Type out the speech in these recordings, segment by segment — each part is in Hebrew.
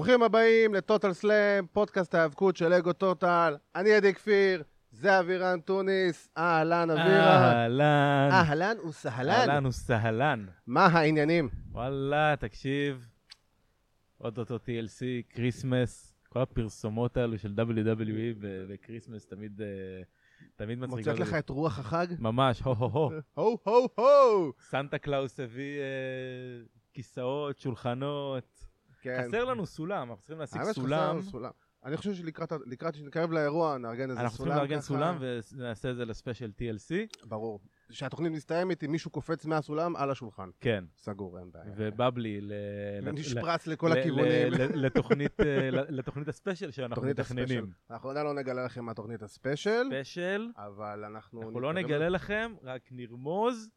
ברוכים הבאים לטוטל סלאם, פודקאסט ההיאבקות של לגו טוטל. אני עדי כפיר, זה אבירן טוניס. אהלן אבירן. אהלן וסהלן. אהלן וסהלן. מה העניינים? וואלה, תקשיב. אותו TLC, קריסמס, כל הפרסומות האלו של WWE וקריסמס תמיד מצחיקות. מוצאת לך את רוח החג? ממש, הו. הו. סנטה קלאוס הביא כיסאות, שולחנות. כן. חסר לנו סולם, אנחנו צריכים להשיג האמת סולם. שחסר סולם. אני חושב שלקראת שנקרב לאירוע נארגן איזה סולם. אנחנו צריכים לארגן סולם ונעשה את זה לספיישל TLC. ברור. שהתוכנית מסתיימת עם מישהו קופץ מהסולם על השולחן. כן. סגור, אין בעיה. ובבלי נשפרץ לכל הכיוונים. לתוכנית הספיישל שאנחנו מתכננים. אנחנו עדיין לא נגלה לכם מה תוכנית הספיישל. ספיישל. אבל אנחנו לא נגלה לכם, רק נרמוז.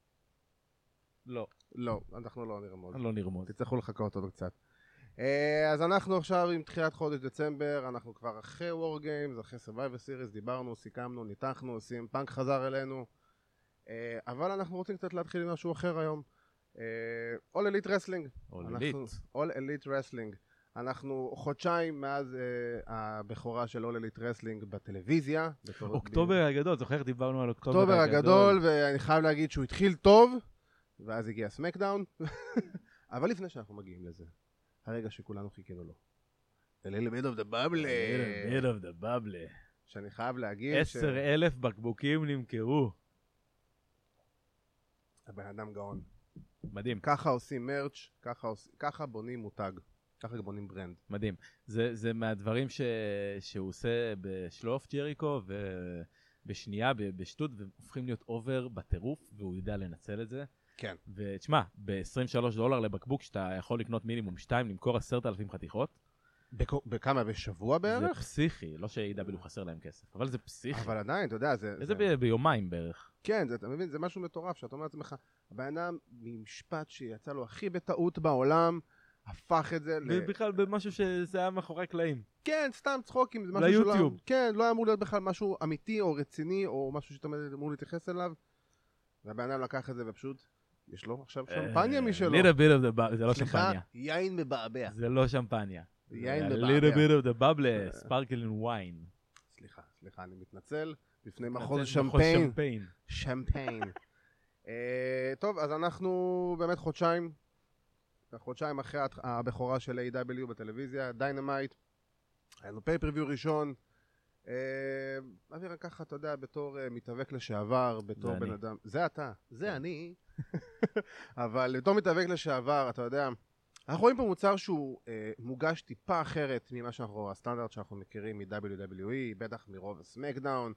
לא, אנחנו לא נרמוז. לא נרמוז. תצטרכו לחכות עוד קצת. אז אנחנו עכשיו עם תחילת חודש דצמבר, אנחנו כבר אחרי War Games, אחרי Survivor Series, דיברנו, סיכמנו, ניתחנו, עושים, פאנק חזר אלינו. אבל אנחנו רוצים קצת להתחיל עם משהו אחר היום. All Elite Wrestling. All Elite Wrestling. אנחנו חודשיים מאז הבכורה של All Elite Wrestling בטלוויזיה. אוקטובר הגדול, זוכר דיברנו על אוקטובר הגדול, ואני חייב להגיד שהוא התחיל טוב, ואז הגיע סמקדאון. אבל לפני שאנחנו מגיעים לזה, הרגע שכולנו חיכינו לו. A little bit of the bubble. A little bit of the bubble. שאני חייב להגיד 10,000 בקבוקים נמכרו. הבן אדם גאון. מדהים. ככה עושים מרץ', ככה בונים מותג, ככה בונים ברנד. מדהים. זה מהדברים שהוא עושה בשלוף ג'ריקו ובשנייה, בשטות, והופכים להיות אובר בטירוף, והוא יודע לנצל את זה. כן. ותשמע, $23 לבקבוק שאתה יכול לקנות מינימום 2, למכור 10,000 חתיכות. בכמה? בשבוע בערך? זה פסיכי, לא ש-AW חסר להם כסף, אבל זה פסיכי. אבל עדיין, אתה יודע, זה ביומיים בערך. כן, אתה מבין, זה משהו מטורף, שאתה אומר לעצמך, הבן אדם ממשפט שיצא לו הכי בטעות בעולם, הפך את זה בכלל במשהו שזה היה מאחורי קלעים. כן, סתם צחוקים. ליוטיוב. כן, לא היה אמור להיות בכלל משהו אמיתי או רציני, או משהו שאתה אמור להתייחס אליו, והבן אדם לקח את זה ופשוט, יש לו עכשיו שמפניה משלו. זה לא שמפניה. יין מבעבע. זה לא שמפניה. יין מבעבע. A little bit of the bubble, sparkling wine. סליחה, אני מתנצל. בפני מחוז שמפיין. שמפיין. טוב, אז אנחנו באמת חודשיים אחרי הבכורה של A.W. בטלוויזיה, דיינמייט. היה לנו פייפריוויו ראשון. אבירה ככה, אתה יודע, בתור מתאבק לשעבר, בתור בן אדם. זה אתה, זה אני. אבל בתור מתאבק לשעבר, אתה יודע, אנחנו רואים פה מוצר שהוא מוגש טיפה אחרת ממה שאנחנו, הסטנדרט שאנחנו מכירים מ-WWE, בטח מרוב הסמקדאון,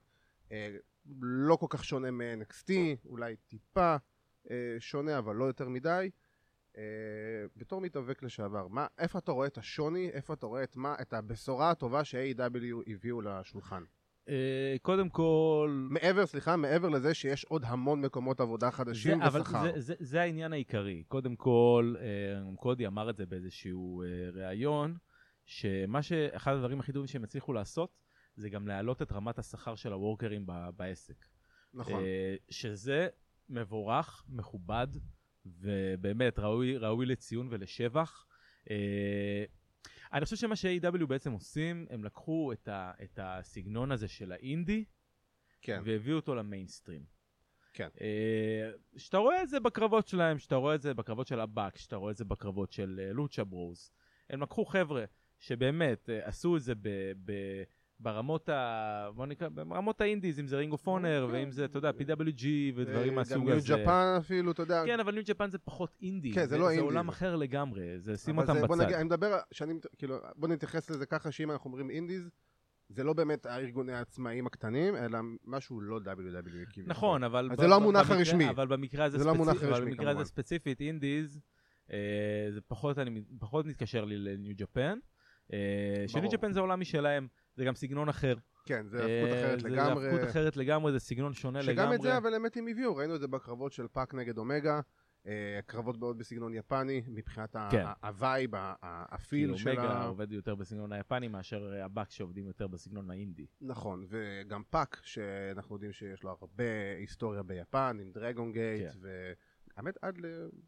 לא כל כך שונה מ-NXT, אולי טיפה שונה, אבל לא יותר מדי. בתור מתאבק לשעבר, איפה אתה רואה את השוני, איפה אתה רואה את הבשורה הטובה ש-AW הביאו לשולחן? קודם כל... מעבר לזה שיש עוד המון מקומות עבודה חדשים ושכר. זה העניין העיקרי. קודם כל, קודי אמר את זה באיזשהו ראיון, שאחד הדברים הכי טובים שהם הצליחו לעשות, זה גם להעלות את רמת השכר של הוורקרים בעסק. נכון. שזה מבורך, מכובד, ובאמת ראוי לציון ולשבח. אני חושב שמה ש-AW בעצם עושים, הם לקחו את הסגנון הזה של האינדי, כן. והביאו אותו למיינסטרים. כן. שאתה רואה את זה בקרבות שלהם, שאתה רואה את זה בקרבות של הבאק, שאתה רואה את זה בקרבות של לוצ'ה ברוז. הם לקחו חבר'ה שבאמת עשו את זה ברמות האינדיז, אם זה רינג אוף אונר, ואם זה, אתה יודע, PWG ודברים מהסוג הזה. גם ניו ג'פן אפילו, אתה יודע. כן, אבל ניו ג'פן זה פחות אינדי. כן, זה לא אינדי. זה עולם אחר לגמרי, זה שים אותם בצד. אני מדבר, בוא נתייחס לזה ככה, שאם אנחנו אומרים אינדיז, זה לא באמת הארגוני העצמאיים הקטנים, אלא משהו לא WWE. נכון, אבל... זה לא המונח הרשמי. אבל במקרה הזה ספציפית, אינדיז, זה פחות מתקשר לי לניו ג'פן. שניו ג'פן זה עולם משלהם. זה גם סגנון אחר. כן, זה הפקות אחרת לגמרי. זה הפקות אחרת לגמרי, זה סגנון שונה לגמרי. שגם את זה, אבל באמת הם הביאו. ראינו את זה בקרבות של פאק נגד אומגה, קרבות מאוד בסגנון יפני, מבחינת הווייב, הפיל שלה. אומגה עובד יותר בסגנון היפני, מאשר הבאק שעובדים יותר בסגנון האינדי. נכון, וגם פאק, שאנחנו יודעים שיש לו הרבה היסטוריה ביפן, עם דרגון גייט, והאמת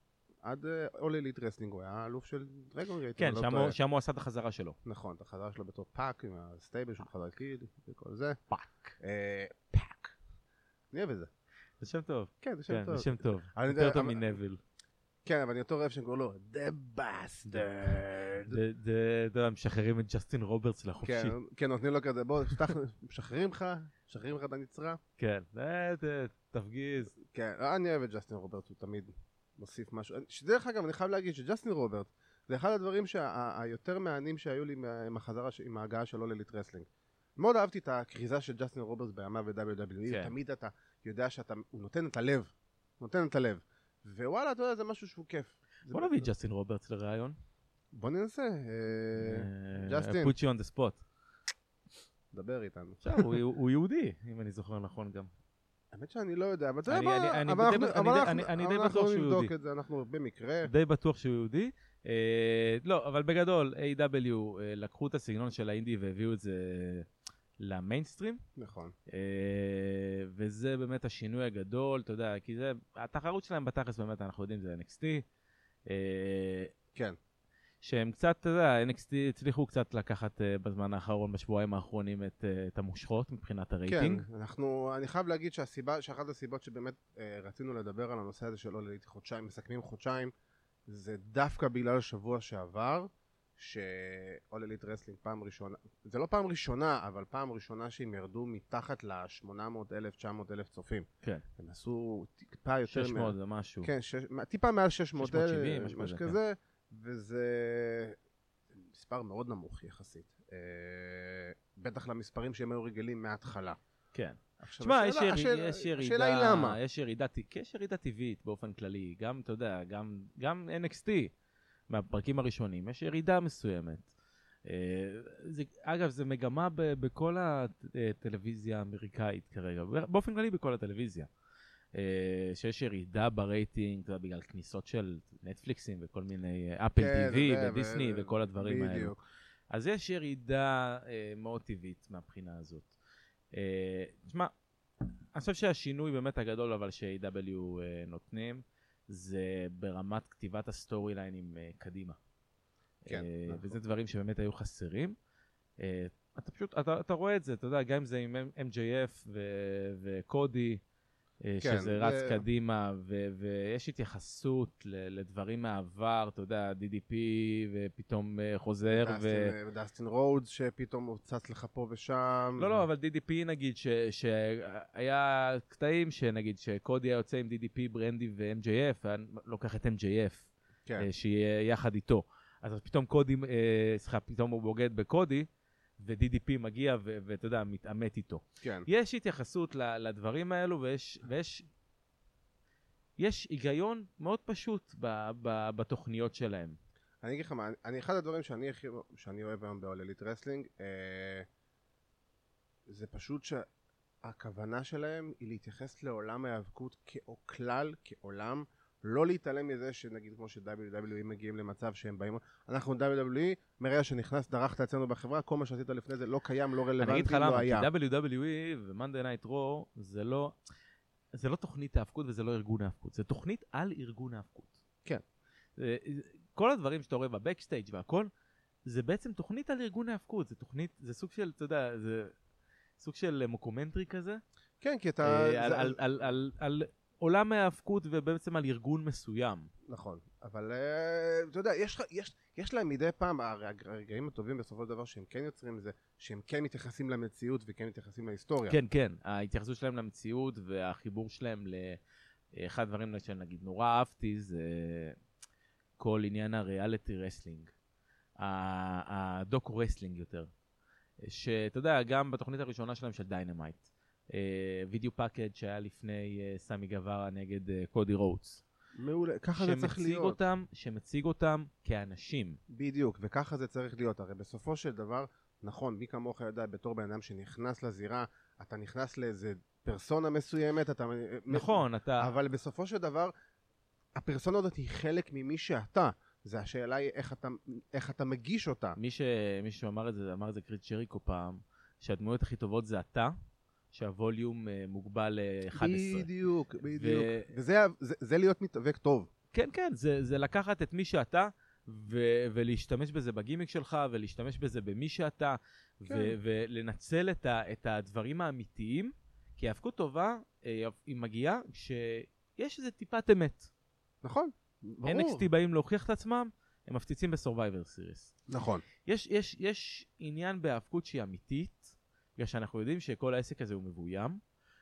עד All Elite Wrestling, הוא היה אלוף של דרגון גייט. כן, שם הוא עשה את החזרה שלו. נכון, את החזרה שלו בתור פאק, עם הסטייבל של חזר קיד וכל זה. פאק. פאק. אני אוהב את זה. זה שם טוב. כן, זה שם טוב. זה שם טוב. יותר טוב מנביל. כן, אבל אני יותר אוהב שהם קוראים לו The Bastard. זה משחררים את ג'סטין רוברטס לחופשי. כן, נותנים לו כזה, בוא, משחררים לך את הנצרה. כן, תפגיז. כן, אני אוהב את ג'סטין רוברטס, הוא תמיד מוסיף משהו. שדרך אגב, אני חייב להגיד שג'סטין רוברטס, זה אחד הדברים היותר מעניינים שהיו לי עם ההגעה שלו לליט רסלינג. מאוד אהבתי את הקריזה של ג'סטין רוברטס בימיו ב-WWE, תמיד אתה יודע שהוא נותן את הלב. ווואלה, אתה יודע, זה משהו שהוא כיף. בוא נביא את ג'סטין רוברטס לראיון. בוא ננסה. ג'סטין. put you on the spot. דבר איתנו. הוא יהודי, אם אני זוכר נכון גם. האמת שאני לא יודע, אבל אתה יודע מה, אני די בטוח שהוא יהודי. נבדוק את זה, אנחנו במקרה. די בטוח שהוא יהודי. לא, אבל בגדול, A.W. לקחו את הסגנון של האינדי והביאו את זה למיינסטרים. נכון. וזה באמת השינוי הגדול, אתה יודע, כי זה, התחרות שלהם בתכלס באמת, אנחנו יודעים, זה NXT. כן. שהם קצת, אתה יודע, NXT הצליחו קצת לקחת בזמן האחרון, בשבועיים האחרונים, את המושכות מבחינת הרייטינג. כן, אני חייב להגיד שאחת הסיבות שבאמת רצינו לדבר על הנושא הזה שלא לליט חודשיים, מסכמים חודשיים, זה דווקא בגלל השבוע שעבר, ש-All Elite Wrestling פעם ראשונה, זה לא פעם ראשונה, אבל פעם ראשונה שהם ירדו מתחת ל-800,000, 900,000 צופים. כן. הם עשו טיפה יותר... 600 זה משהו. כן, טיפה מעל 600,000, 670, משהו כזה, וזה מספר מאוד נמוך יחסית. בטח למספרים שהם היו רגילים מההתחלה. כן. תשמע, יש ירידה טבעית באופן כללי, גם, אתה יודע, גם NXT. מהפרקים הראשונים, יש ירידה מסוימת. אגב, זה מגמה בכל הטלוויזיה האמריקאית כרגע, באופן כללי בכל הטלוויזיה. שיש ירידה ברייטינג, בגלל כניסות של נטפליקסים וכל מיני אפל טיווי ודיסני וכל הדברים האלו. אז יש ירידה מאוד טבעית מהבחינה הזאת. תשמע, אני חושב שהשינוי באמת הגדול אבל ש-AW נותנים, זה ברמת כתיבת הסטורי ליינים קדימה. כן. וזה דברים שבאמת היו חסרים. אתה רואה את זה, אתה יודע, גם אם זה עם MJF וקודי, שזה רץ קדימה, ויש התייחסות לדברים מהעבר, אתה יודע, DDP, ופתאום חוזר. ודסטין רודס, שפתאום הוא צץ לך פה ושם. לא, אבל DDP נגיד, שהיה קטעים שנגיד, שקודי היה יוצא עם DDP, ברנדי ו-MJF, היה לוקח את MJF, שיהיה יחד איתו. אז פתאום קודי, פתאום הוא בוגד בקודי, ו-DDP מגיע ואתה יודע, מתעמת איתו. כן. יש התייחסות לדברים האלו, ויש היגיון מאוד פשוט בתוכניות שלהם. אני אגיד לך מה, אחד הדברים שאני אוהב היום ב-All Elite Wrestling, זה פשוט שהכוונה שלהם היא להתייחס לעולם ההיאבקות ככלל, כעולם, לא להתעלם מזה שנגיד כמו ש-WWE מגיעים למצב שהם באים, אנחנו WWE, מרגע שנכנס, דרכת אצלנו בחברה, כל מה שעשית לפני זה לא קיים, לא רלוונטי, לא היה. אני אגיד לך למה, כי WWE ו-Monday Night Raw זה לא תוכנית האבקות וזה לא ארגון האבקות, זה תוכנית על ארגון האבקות. כן. כל הדברים שאתה רואה בבקסטייג' והכל, זה בעצם תוכנית על ארגון האבקות, זה תוכנית, זה סוג של, אתה יודע, זה סוג של מוקומנטרי כזה. כן, כי אתה... על עולם ההאבקות ובעצם על ארגון מסוים. נכון, אבל אתה יודע, יש להם מדי פעם, הרגעים הטובים בסופו של דבר שהם כן יוצרים זה, שהם כן מתייחסים למציאות וכן מתייחסים להיסטוריה. כן, כן, ההתייחסות שלהם למציאות והחיבור שלהם לאחד הדברים שנגיד נורא אהבתי זה כל עניין הריאליטי רסלינג, הדוקו רסלינג יותר, שאתה יודע, גם בתוכנית הראשונה שלהם של דיינמייט, וידאו פאקד שהיה לפני סמי גווארה נגד קודי רודס. מעולה, ככה זה צריך להיות. שמציג אותם כאנשים. בדיוק, וככה זה צריך להיות. הרי בסופו של דבר, נכון, מי כמוך יודע בתור בן אדם שנכנס לזירה, אתה נכנס לאיזה פרסונה מסוימת, נכון, אבל בסופו של דבר, הפרסונה הזאת היא חלק ממי שאתה. זה השאלה היא איך אתה מגיש אותה. מי שאמר את זה, אמר את זה קריס ג'ריקו פעם, שהדמויות הכי טובות זה אתה, שהווליום מוגבל ל-11. בדיוק. וזה להיות מתאבק טוב. כן, כן, זה לקחת את מי שאתה, ולהשתמש בזה בגימיק שלך, ולהשתמש בזה במי שאתה, ולנצל את הדברים האמיתיים, כי ההאבקות טובה, היא מגיעה שיש איזה טיפת אמת. נכון, ברור. NXT באים להוכיח את עצמם, הם מפציצים בסורווייבר סיריס. נכון. יש עניין בהאבקות שהיא אמיתית, בגלל שאנחנו יודעים שכל העסק הזה הוא מבוים,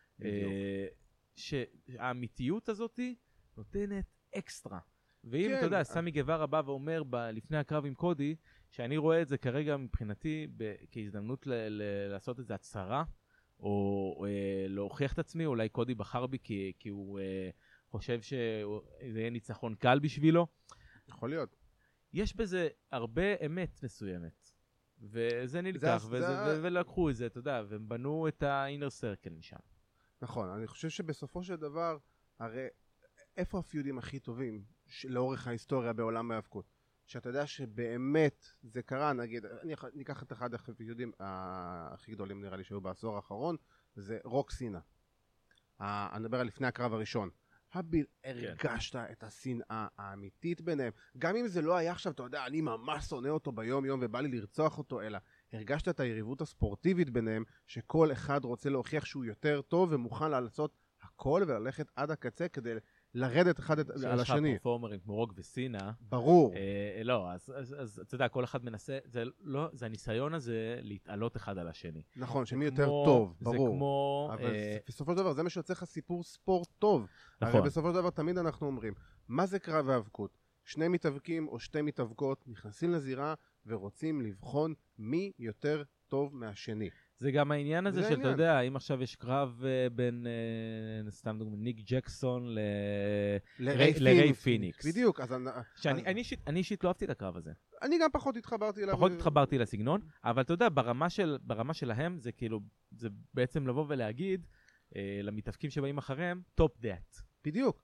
שהאמיתיות הזאת נותנת אקסטרה. ואם, אתה יודע, סמי גווארה בא ואומר לפני הקרב עם קודי, שאני רואה את זה כרגע מבחינתי כהזדמנות לעשות איזו הצהרה, או להוכיח את עצמי, אולי קודי בחר בי כי הוא חושב שזה יהיה ניצחון קל בשבילו. יכול להיות. יש בזה הרבה אמת מסוימת, וזה נלקח, ולקחו את זה, אתה יודע, והם בנו את ה-inner circle משם. נכון, אני חושב שבסופו של דבר, הרי איפה הפיודים הכי טובים לאורך ההיסטוריה בעולם ההאבקות? שאתה יודע שבאמת זה קרה, נגיד, אני אקח את אחד הפיודים הכי גדולים נראה לי שהיו בעשור האחרון, זה רוק סינה. אני מדבר על לפני הקרב הראשון. הרגשת את השנאה האמיתית ביניהם, גם אם זה לא היה עכשיו, אתה יודע, אני ממש שונא אותו ביום יום ובא לי לרצוח אותו, אלא הרגשת את היריבות הספורטיבית ביניהם, שכל אחד רוצה להוכיח שהוא יותר טוב ומוכן לעשות הכל וללכת עד הקצה כדי לרדת אחד על השני. שיש לך פרפורמרים כמו רוק וסינה. ברור. לא, אז אתה יודע, כל אחד מנסה, זה הניסיון הזה להתעלות אחד על השני. נכון, שמי יותר טוב, ברור. זה כמו... אבל בסופו של דבר, זה מה שיוצא לך סיפור ספורט טוב. נכון. הרי בסופו של דבר, תמיד אנחנו אומרים, מה זה קרב האבקות? שני מתאבקים או שתי מתאבקות נכנסים לזירה ורוצים לבחון מי יותר טוב מהשני. זה גם העניין הזה שאתה יודע, אם עכשיו יש קרב בין, סתם דוגמא, ניק ג'קסון לריי פיניקס. בדיוק. אני אישית לא אהבתי את הקרב הזה. אני גם פחות התחברתי אליו. פחות התחברתי לסגנון, אבל אתה יודע, ברמה שלהם זה כאילו, זה בעצם לבוא ולהגיד למתאבקים שבאים אחריהם, top that. בדיוק.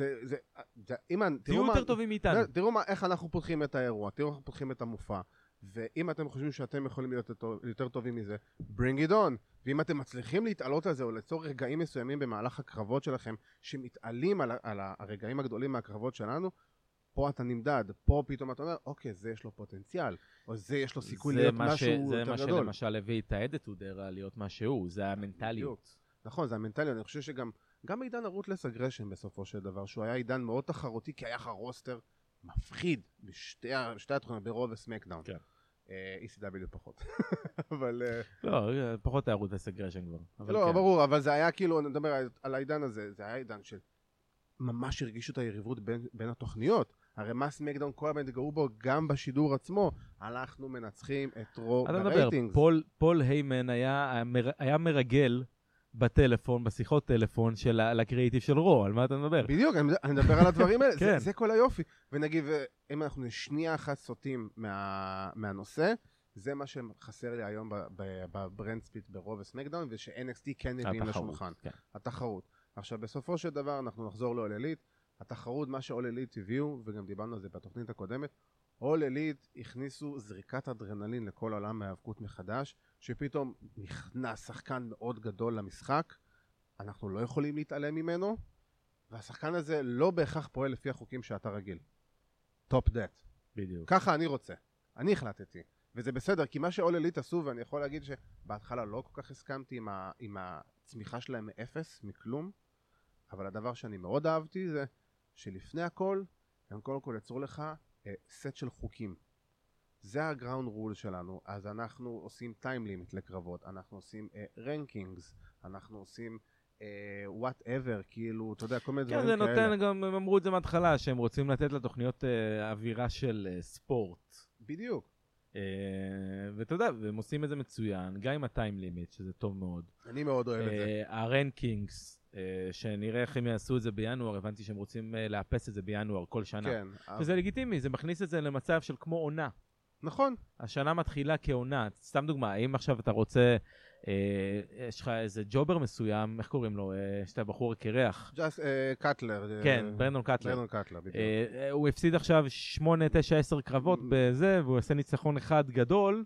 תהיו יותר טובים מאיתנו. תראו איך אנחנו פותחים את האירוע, תראו איך אנחנו פותחים את המופע. ואם אתם חושבים שאתם יכולים להיות יותר טובים מזה, bring it on. ואם אתם מצליחים להתעלות על זה, או ליצור רגעים מסוימים במהלך הקרבות שלכם, שמתעלים על הרגעים הגדולים מהקרבות שלנו, פה אתה נמדד, פה פתאום אתה אומר, אוקיי, זה יש לו פוטנציאל, או זה יש לו סיכוי להיות משהו יותר גדול. זה מה שלמשל הביא את האדיטוד להיות מה שהוא, זה המנטליות. נכון, זה המנטליות. אני חושב שגם עידן הרוטלס אגרשן בסופו של דבר, שהוא היה עידן מאוד תחרותי, כי היה לך רוסטר מפחיד בשתי התכונות, ברוב וסמקדאון. כן. ECW פחות. אבל... לא, פחות תיירות וסגרשן כבר. לא, ברור, אבל זה היה כאילו, נדבר על העידן הזה, זה היה עידן של ממש הרגישו את היריבות בין התוכניות. הרי מה סמקדאון כל הבן התגרו בו גם בשידור עצמו, אנחנו מנצחים את רו ברייטינגס. פול היימן היה מרגל בטלפון, בשיחות טלפון של הקריאיטיב של רו, על מה אתה מדבר? בדיוק, אני מדבר על הדברים האלה, זה כל היופי. ונגיד, אם אנחנו שנייה אחת סוטים מהנושא, זה מה שחסר לי היום בברנד ספיט ברו וסמקדאון, וש-NXT כן מביאים לשולחן. התחרות. עכשיו, בסופו של דבר, אנחנו נחזור ל-All Elite. התחרות, מה ש-All Elite הביאו, וגם דיברנו על זה בתוכנית הקודמת, All Elite הכניסו זריקת אדרנלין לכל העולם מהאבקות מחדש, שפתאום נכנס שחקן מאוד גדול למשחק, אנחנו לא יכולים להתעלם ממנו, והשחקן הזה לא בהכרח פועל לפי החוקים שאתה רגיל. Top that. בדיוק. ככה אני רוצה. אני החלטתי. וזה בסדר, כי מה ש-All Elite עשו, ואני יכול להגיד שבהתחלה לא כל כך הסכמתי עם הצמיחה שלהם מאפס, מכלום, אבל הדבר שאני מאוד אהבתי זה שלפני הכל, הם קודם כל יצרו לך סט של חוקים. זה הגראונד רול שלנו, אז אנחנו עושים טיים לימיט לקרבות, אנחנו עושים רנקינגס, אנחנו עושים whatever, כאילו, אתה יודע, כל מיני דברים כאלה. כן, זה נותן, גם הם אמרו את זה מההתחלה, שהם רוצים לתת לתוכניות אווירה של ספורט. בדיוק. ואתה יודע, והם עושים את זה מצוין, גם עם הטיים לימיט, שזה טוב מאוד. אני מאוד אוהב את זה. הרנקינגס, שנראה איך הם יעשו את זה בינואר, הבנתי שהם רוצים לאפס את זה בינואר כל שנה. כן. וזה לגיטימי, זה מכניס את זה למצב של כמו עונה. נכון. השנה מתחילה כעונה. סתם דוגמה, אם עכשיו אתה רוצה, יש לך איזה ג'ובר מסוים, איך קוראים לו? יש את הבחור קרח. קאטלר. כן, ברנדון קאטלר. ברנדון קאטלר, בדיוק. הוא הפסיד עכשיו 8, 9, 10 קרבות בזה, והוא עושה ניצחון אחד גדול,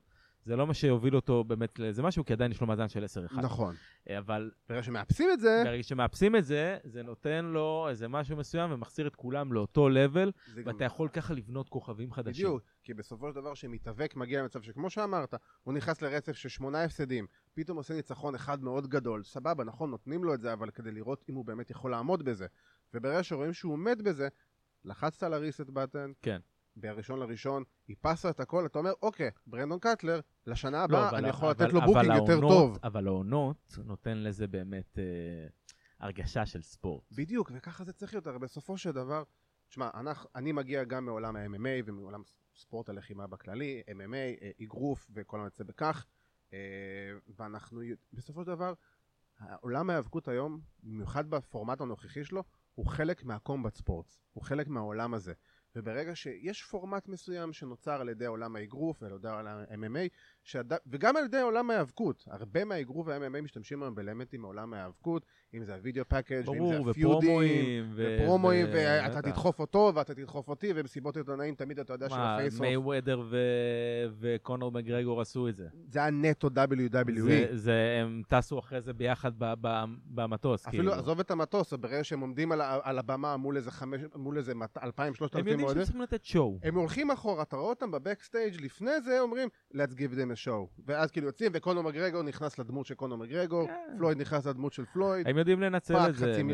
זה לא מה שיוביל אותו באמת לזה משהו, כי עדיין יש לו מאזן של 10-1. נכון. אבל ברגע שמאפסים את זה... ברגע שמאפסים את זה, זה נותן לו איזה משהו מסוים ומחזיר את כולם לאותו לבל, ואתה יכול ככה לבנות כוכבים חדשים. בדיוק, כי בסופו של דבר שמתאבק מגיע למצב שכמו שאמרת, הוא נכנס לרצף של 8 הפסדים, פתאום עושה ניצחון אחד מאוד גדול, סבבה, נכון, נותנים לו את זה, אבל כדי לראות אם הוא באמת יכול לעמוד בזה. וברגע שרואים שהוא עומד בזה, לחצת על הריסט בטן, כן. בראשון לראשון, איפסת את הכל, אתה אומר, אוקיי, ברנדון קטלר, לשנה הבאה אני יכול לתת לו בוקינג יותר טוב. אבל העונות נותן לזה באמת הרגשה של ספורט. בדיוק, וככה זה צריך להיות, הרי בסופו של דבר, תשמע, אני מגיע גם מעולם ה-MMA ומעולם ספורט הלחימה בכללי, MMA, אגרוף וכל המצא בכך, ואנחנו, בסופו של דבר, עולם ההיאבקות היום, במיוחד בפורמט הנוכחי שלו, הוא חלק מהקומבט ספורט, הוא חלק מהעולם הזה. וברגע שיש פורמט מסוים שנוצר על ידי עולם האגרוף ועל ידי עולם ה-MMA, וגם על ידי עולם ההיאבקות, הרבה מהאגרוף וה-MMA משתמשים היום באלמנטים מעולם ההיאבקות, אם זה הווידאו פאקאג', ואם זה הפיודים, ופרומואים, ואתה תדחוף אותו ואתה תדחוף אותי, ובסיבות עיתונאים תמיד אתה יודע שהפייס-אוף... מיי וודר וקונור מגרגור עשו את זה. זה היה נטו WWE. הם טסו אחרי זה ביחד במטוס. אפילו עזוב את המטוס, ברגע שהם עומדים על הבמה מול איזה 2,000-3,000 הם יודעים שצריכים לתת שואו. הם הולכים אחורה, אתה רואה אותם בבקסטייג' לפני זה אומרים, let's give them a show. ואז כאילו יוצאים, וקונור מגרגור נכנס לדמות של קונור מגרגור, פלויד נכנס לדמות של פלויד. הם יודעים לנצל את זה,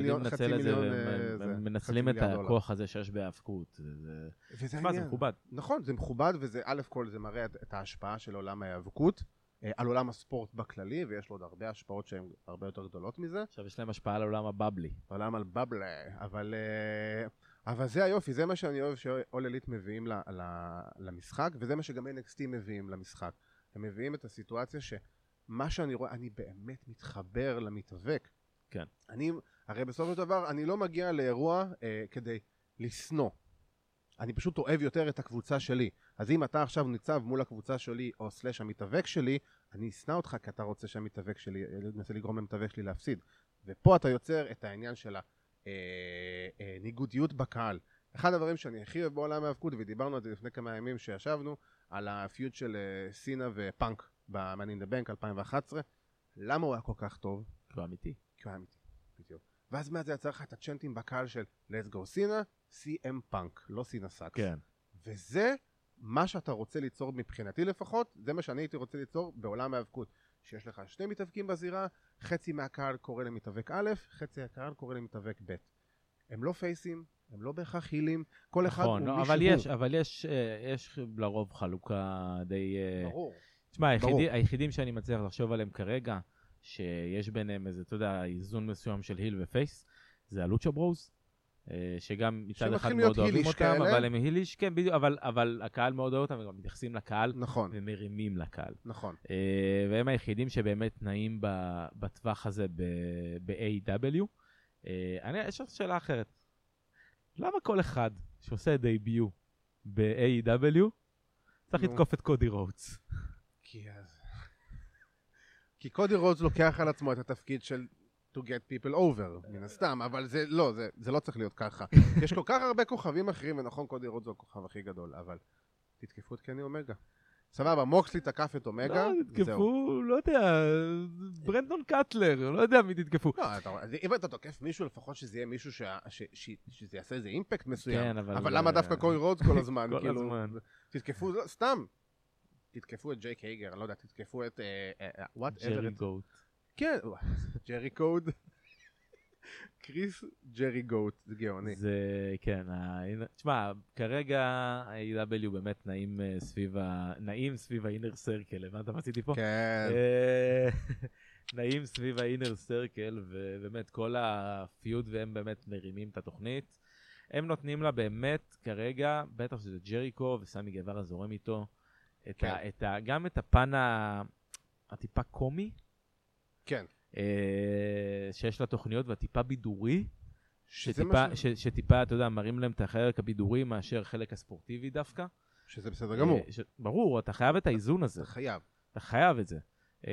הם מנצלים את הכוח הזה שיש בהאבקות. זה מכובד. נכון, זה מכובד, וזה א' כל זה מראה את ההשפעה של עולם ההיאבקות, על עולם הספורט בכללי, ויש לו עוד הרבה השפעות שהן הרבה יותר גדולות מזה. עכשיו יש להם השפעה על עולם הבבלי. עולם על בבלי, אבל זה היופי, זה מה שאני אוהב שאול אליט מביאים למשחק, וזה מה שגם NXT מביאים למשחק. הם מביאים את הסיטואציה שמה שאני רואה, אני באמת מתחבר למתאבק. כן. הרי בסופו של דבר, אני לא מגיע לאירוע כדי לסנוע. אני פשוט אוהב יותר את הקבוצה שלי. אז אם אתה עכשיו ניצב מול הקבוצה שלי, או סלש המתאבק שלי, אני אסנע אותך כי אתה רוצה שהמתאבק שלי, ננסה לגרום למתאבק שלי להפסיד. ופה אתה יוצר את העניין של ניגודיות בקהל. אחד הדברים שאני הכי אוהב בעולם ההיאבקות, ודיברנו על זה לפני כמה ימים שישבנו, על הפיוד של סינה ופאנק ב-Money in the Bank 2011. למה הוא היה כל כך טוב? כי הוא אמיתי. כי הוא אמיתי, בדיוק. ואז מה זה יצר לך את הצ'נטים בקהל של Let's go סינה, CM Punk, לא סינה סאקס. כן. וזה מה שאתה רוצה ליצור מבחינתי לפחות, זה מה שאני הייתי רוצה ליצור בעולם ההיאבקות. שיש לך שני מתאבקים בזירה, חצי מהקהל קורא למתאבק א', חצי מהקהל קורא למתאבק ב'. הם לא פייסים, הם לא בהכרח הילים, כל אחד הוא מישהו. אבל יש לרוב חלוקה די... ברור. תשמע, היחידים שאני מצליח לחשוב עליהם כרגע, שיש ביניהם איזה, אתה יודע, איזון מסוים של היל ופייס, זה הלוצ'ה ברוז, שגם מצד אחד מאוד אוהבים אותם, אבל הם היליש, כן, בדיוק, אבל הקהל מאוד אוהב אותם, וגם מתייחסים לקהל, נכון. ומרימים לקהל. נכון. והם היחידים שבאמת נעים בטווח הזה ב-AW. יש עוד שאלה אחרת. למה כל אחד שעושה דייביו ב-AW צריך לתקוף את קודי רודס? כי קודי רודס לוקח על עצמו את התפקיד של to get people over, מן הסתם, אבל זה לא צריך להיות ככה. יש כל כך הרבה כוכבים אחרים, ונכון, קודי רודס הוא הכוכב הכי גדול, אבל תתקפו את קני אומגה. סבבה, מוקסלי תקף את אומגה, לא, תתקפו, לא יודע, ברנדון קטלר, לא יודע מי תתקפו. לא, אם אתה תוקף מישהו, לפחות שזה יהיה מישהו שזה יעשה איזה אימפקט מסוים. אבל למה דווקא קודי רודס כל הזמן? כל הזמן. תתקפו, סתם. תתקפו את ג'ייק הייגר, אני לא יודע, תתקפו את... ג'רי גוט. כן, ג'רי קוד. קריס ג'רי גוט, זה גאוני. זה, כן, תשמע, כרגע ה-AW באמת נעים סביב האינר סרקל, הבנת מה עשיתי פה? כן. נעים סביב האינר סרקל, ובאמת כל הפיוד והם באמת מרימים את התוכנית. הם נותנים לה באמת כרגע, בטח שזה ג'ריקו וסמי גווארה זורם איתו, גם את הפן הטיפה קומי, כן. שיש לה תוכניות והטיפה בידורי, שטיפה, אתה יודע, מראים להם את החלק הבידורי מאשר חלק הספורטיבי דווקא. שזה בסדר גמור. ברור, אתה חייב את האיזון הזה. אתה חייב את זה.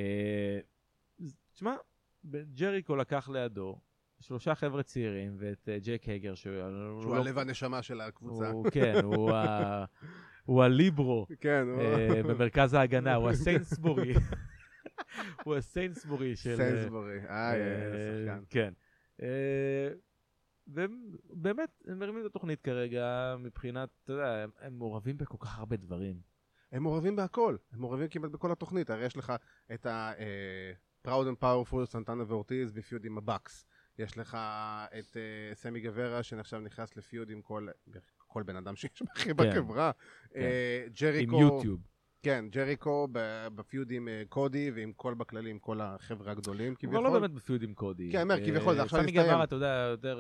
תשמע, ג'ריקו לקח לידו 3 חבר'ה צעירים ואת ג'ייק הייגר, שהוא הלב הנשמה של הקבוצה. כן, הוא הליברו כן, במרכז ההגנה, הוא הסיינסבורי. הוא הסיינסבורי של... סיינסבורי, איזה שחקן. כן. ובאמת, הם מרימים את התוכנית כרגע מבחינת, אתה יודע, הם מעורבים בכל כך הרבה דברים. הם מעורבים בהכל, הם מעורבים כמעט בכל התוכנית. הרי יש לך את ה-Proud and Powerful, סנטנה ואורטיז בפיוד עם הבקס. יש לך את סמי גוורה שנחשב נכנס לפיוד עם כל בן אדם שיש בחברה. ג'ריקו. עם יוטיוב. כן, ג'ריקו בפיוד עם קודי ועם כל בכללי, עם כל החבר'ה הגדולים כביכול. אבל לא באמת בפיוד עם קודי. כן, אומר, כביכול, זה עכשיו מסתיים. סמי גוורה, אתה יודע, יותר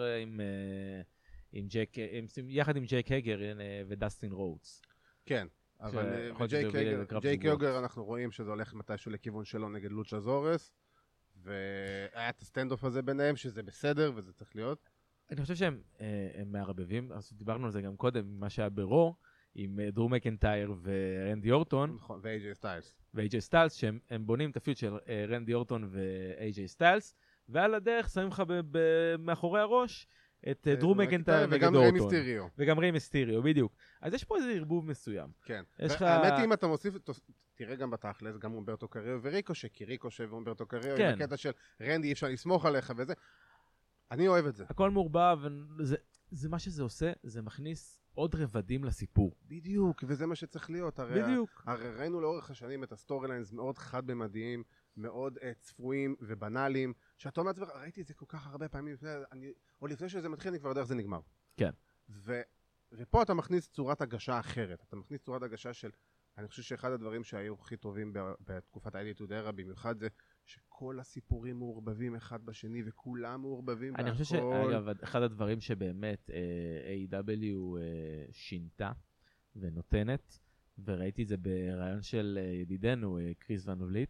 יחד עם ג'ייק הגר ודסטין רודס. כן, אבל ג'ייק הגר אנחנו רואים שזה הולך מתישהו לכיוון שלו נגד לוצ'ה זורס, והיה את הסטנד-אוף הזה ביניהם, שזה בסדר וזה צריך להיות. אני חושב שהם מערבבים, אז דיברנו על זה גם קודם, מה שהיה ברו, עם דרו מקנטייר ורנדי אורטון. נכון, ו-AJ סטיילס. ו-AJ סטיילס, שהם בונים את הפיוט של רנדי אורטון ו-AJ סטיילס, ועל הדרך שמים לך מאחורי הראש את דרו מקנטייר נגד אורטון. וגם ריי מיסטריו. וגם ריי מיסטריו, בדיוק. אז יש פה איזה ערבוב מסוים. כן. האמת היא, אם אתה מוסיף, תראה גם בתכלס, גם אומברטו קריו וריקושה, כי ריקושה ואומברטו קריו, עם הקטע של רנדי, אי אפשר לסמוך עליך וזה. אני אוהב את זה. הכל מעורבב, זה מה שזה עושה, זה מכניס עוד רבדים לסיפור. בדיוק, וזה מה שצריך להיות. בדיוק. הרי ראינו לאורך השנים את הסטורי ליינס מאוד חד-ממדיים, מאוד צפויים ובנאליים, שאתה אומר לעצמך, ראיתי את זה כל כך הרבה פעמים, או לפני שזה מתחיל, אני כבר יודע איך זה נגמר. כן. ופה אתה מכניס צורת הגשה אחרת. אתה מכניס צורת הגשה של, אני חושב שאחד הדברים שהיו הכי טובים בתקופת ה-Attitude Era, במיוחד זה שכל הסיפורים מעורבבים אחד בשני, וכולם מעורבבים בהכל. אני חושב שאגב, אחד הדברים שבאמת A.W. שינתה ונותנת, וראיתי את זה ברעיון של ידידנו, קריס ון וליט,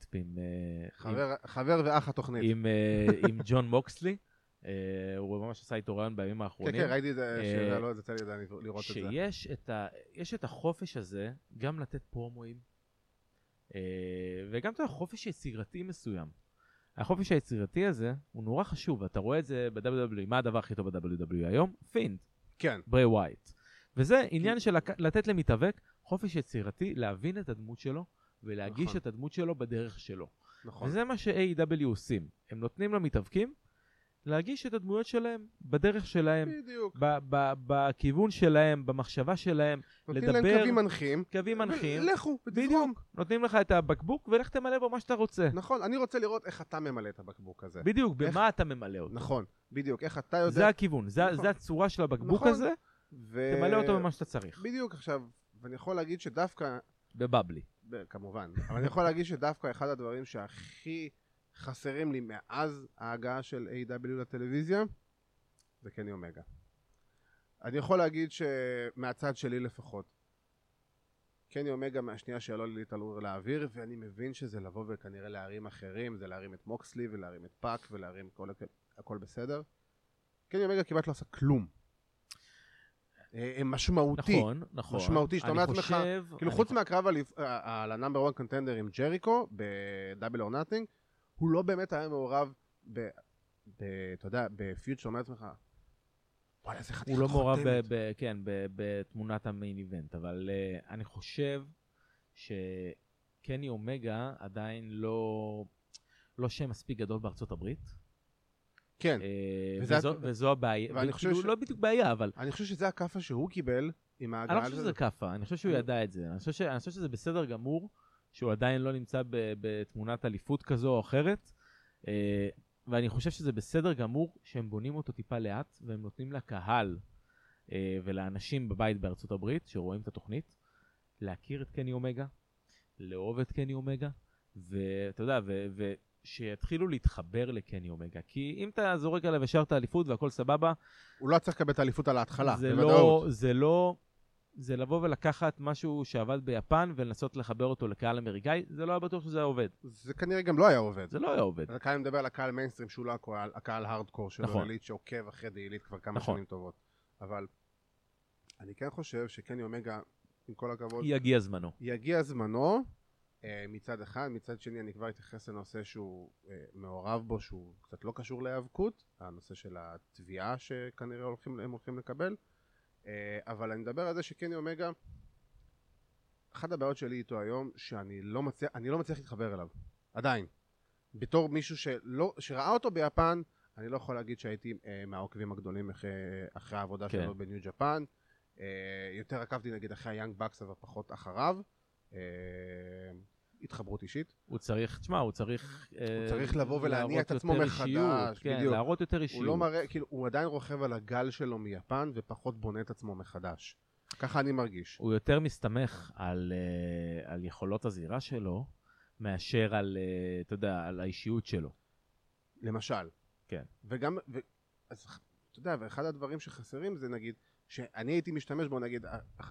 חבר ואח התוכנית. עם ג'ון מוקסלי. הוא ממש עשה איתו רעיון בימים האחרונים. כן, ראיתי את זה, לא, זה יצא לי לראות את זה. שיש את החופש הזה, גם לתת פרומואים, וגם את החופש יצירתי מסוים. החופש היצירתי הזה הוא נורא חשוב, אתה רואה את זה ב-WWE. מה הדבר הכי טוב ב-WWE היום? פינד. כן. ברי ווייט. וזה עניין של לתת למתאבק חופש יצירתי, להבין את הדמות שלו, ולהגיש את הדמות שלו בדרך שלו. נכון. וזה מה ש-AEW עושים. הם נותנים למתאבקים להגיש את הדמויות שלהם בדרך שלהם, בדיוק. בכיוון שלהם, במחשבה שלהם, נותנים להם קווים מנחים. קווים מנחים. לכו, בדיוק. נותנים לך את הבקבוק ולך תמלא בו מה שאתה רוצה. נכון, אני רוצה לראות איך אתה ממלא את הבקבוק הזה. בדיוק, במה אתה ממלא אותו. נכון, בדיוק, איך אתה יודע. זה הכיוון, זה הצורה של הבקבוק הזה, תמלא אותו במה שאתה צריך. בדיוק, עכשיו, ואני יכול להגיד שדווקא... בבבלי. כמובן, אבל אני יכול להגיד שדווקא אחד הדברים שהכי חסרים לי מאז ההגעה של A.W. לטלוויזיה, זה קני אומגה. אני יכול להגיד שמהצד שלי לפחות, קני אומגה מהשנייה שעלו לי תלור לאוויר, ואני מבין שזה לבוא וכנראה להרים אחרים, זה להרים את מוקסלי ולהרים את פאק ולהרים הכל בסדר. קני אומגה כמעט לא עשה כלום. משמעותי. נכון. משמעותי, שאתה אומר לעצמך, כאילו חוץ מהקרב על הנאמבר 1 קונטנדר עם ג'ריקו, ב-Double or Nothing, הוא לא באמת היה מעורב אתה יודע, בפיוט שאומר לעצמך, וואלה, זה חתיכת חותמת. הוא לא מעורב, כן, בתמונת המיין איבנט, אבל אני חושב שקני אומגה עדיין לא שם מספיק גדול בארצות הברית. כן. וזו הבעיה, וכאילו לא בדיוק בעיה, אבל... אני חושב שזה הכאפה שהוא קיבל עם ההגעה. אני לא חושב שזה כאפה, אני חושב שהוא ידע את זה. אני חושב שזה בסדר גמור, שהוא עדיין לא נמצא בתמונת אליפות כזו או אחרת, ואני חושב שזה בסדר גמור שהם בונים אותו טיפה לאט, והם נותנים לקהל ולאנשים בבית בארצות הברית, שרואים את התוכנית, להכיר את קני אומגה, לאהוב את קני אומגה, ואתה יודע, שיתחילו להתחבר לקני אומגה, כי אם אתה זורק עליו ישר את האליפות והכל סבבה, הוא לא צריך לקבל את האליפות על ההתחלה, זה לבוא ולקחת משהו שעבד ביפן ולנסות לחבר אותו לקהל אמריקאי, זה לא היה בטוח שזה היה עובד. זה כנראה גם לא היה עובד. זה לא היה עובד. הקהל מדבר על הקהל מיינסטרים, שהוא לא הקהל הארדקור שלו, עילית שעוקב אחרי דעילית כבר כמה שנים טובות. אבל אני כן חושב שקני אומגה, עם כל הכבוד, יגיע זמנו, מצד אחד, מצד שני אני כבר אתייחס לנושא שהוא מעורב בו, שהוא קצת לא קשור להיאבקות, הנושא של התביעה שכנראה הם הולכים לקבל, אבל אני מדבר על זה שקני אומגה אחת הבעיות שלי איתו היום, שאני לא מצליח להתחבר אליו. עדיין. בתור מישהו שראה אותו ביפן, אני לא יכול להגיד שהייתי מהעוקבים הגדולים אחרי העבודה שלו בניו ג'פן. יותר עקבתי נגיד אחרי היאנג בקס, אבל פחות אחריו. התחברות אישית. הוא צריך לבוא ולהניע את עצמו מחדש. כן, להראות יותר אישיות. הוא לא מראה, כאילו, הוא עדיין רוכב על הגל שלו מיפן, ופחות בונה את עצמו מחדש. ככה אני מרגיש. הוא יותר מסתמך על יכולות הזירה שלו, מאשר על, אתה יודע, על האישיות שלו. למשל. כן. וגם, אז, אתה יודע, ואחד הדברים שחסרים זה נגיד, שאני הייתי משתמש בו, נגיד,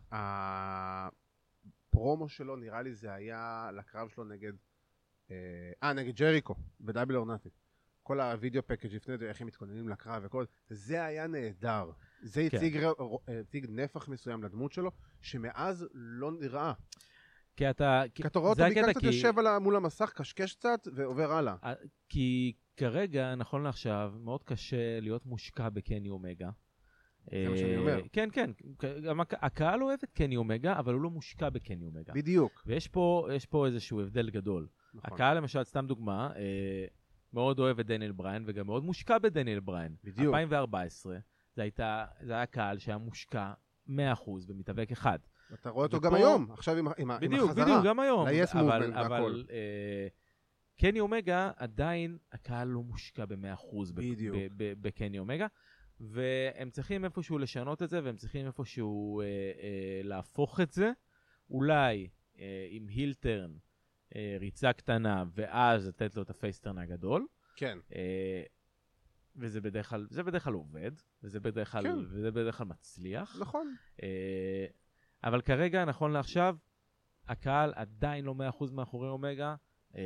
הפרומו שלו, נראה לי זה היה לקרב שלו נגד ג'ריקו, בדאבל אור נאטינג. כל הווידאו פקאג' לפני זה, איך הם מתכוננים לקרב וכל, זה היה נהדר. זה הציג נפח מסוים לדמות שלו, שמאז לא נראה. כי אתה רואה אותו בעיקר קצת יושב מול המסך, קשקש קצת ועובר הלאה. כי כרגע, נכון לעכשיו, מאוד קשה להיות מושקע בקני אומגה. זה מה שאני אומר. כן, כן. הקהל אוהב את קני אומגה, אבל הוא לא מושקע בקני אומגה. בדיוק. ויש פה איזשהו הבדל גדל. הקהל, למשל, סתם דוגמה, מאוד אוהב את דניאל בריין, וגם מאוד מושקע בדניאל בריין. בדיוק. 2014, זה היה קהל שהיה מושקע 100% במתאבק אחד. אתה רואה אותו גם היום, עכשיו עם החזרה. בדיוק, גם היום. ל-yes movement והכל. אבל קני אומגה, עדיין הקהל לא מושקע ב-100% בקני אומגה, והם צריכים איפשהו לשנות את זה, והם צריכים איפשהו להפוך את זה, אולי עם הילטרן, ריצה קטנה, ואז לתת לו את הפייסטרן הגדול. כן. וזה בדרך כלל עובד, וזה בדרך כלל מצליח. נכון. אבל כרגע, נכון לעכשיו, הקהל עדיין לא 100% מאחורי אומגה.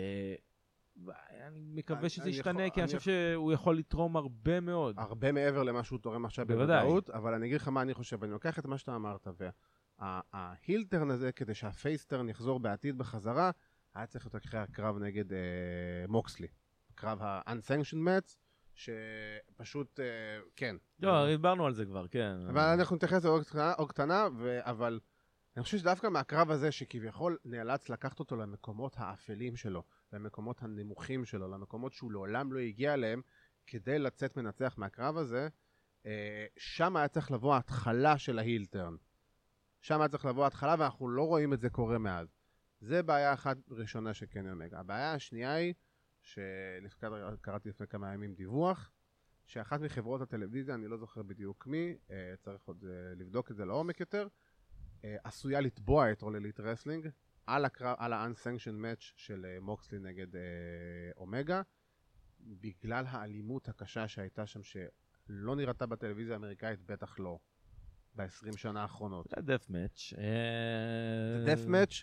אני מקווה שזה ישתנה, כי אני חושב שהוא יכול לתרום הרבה מאוד. הרבה מעבר למה שהוא תורם עכשיו בוודאות, אבל אני אגיד לך מה אני חושב, אני לוקח את מה שאתה אמרת, וההילטרן הזה, כדי שהפייסטרן יחזור בעתיד בחזרה, היה צריך להיות אחרי הקרב נגד מוקסלי. קרב ה-unsanctioned match, שפשוט, כן. לא, דיברנו על זה כבר, כן. אבל אנחנו נתייחס לעוד קטנה, אבל אני חושב שדווקא מהקרב הזה, שכביכול נאלץ לקחת אותו למקומות האפלים שלו, למקומות הנמוכים שלו, למקומות שהוא לעולם לא הגיע אליהם, כדי לצאת מנצח מהקרב הזה, שם היה צריך לבוא ההתחלה של ההילטרן. שם היה צריך לבוא ההתחלה, ואנחנו לא רואים את זה קורה מאז. זה בעיה אחת ראשונה של קני אומגה. הבעיה השנייה היא, שקראתי לפני כמה ימים דיווח, שאחת מחברות הטלוויזיה, אני לא זוכר בדיוק מי, צריך עוד לבדוק את זה לעומק יותר, עשויה לתבוע את All Elite Wrestling על ה-unsanctioned match של מוקסלי נגד אומגה, בגלל האלימות הקשה שהייתה שם, שלא נראתה בטלוויזיה האמריקאית, בטח לא, ב-20 שנה האחרונות. זה death match. זה death match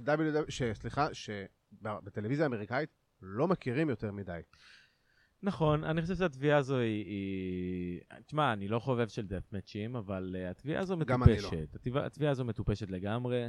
שבטלוויזיה האמריקאית לא מכירים יותר מדי. נכון, אני חושב שהתביעה הזו היא... תשמע, אני לא חובב של death match'ים, אבל התביעה הזו מטופשת. התביעה הזו מטופשת לגמרי.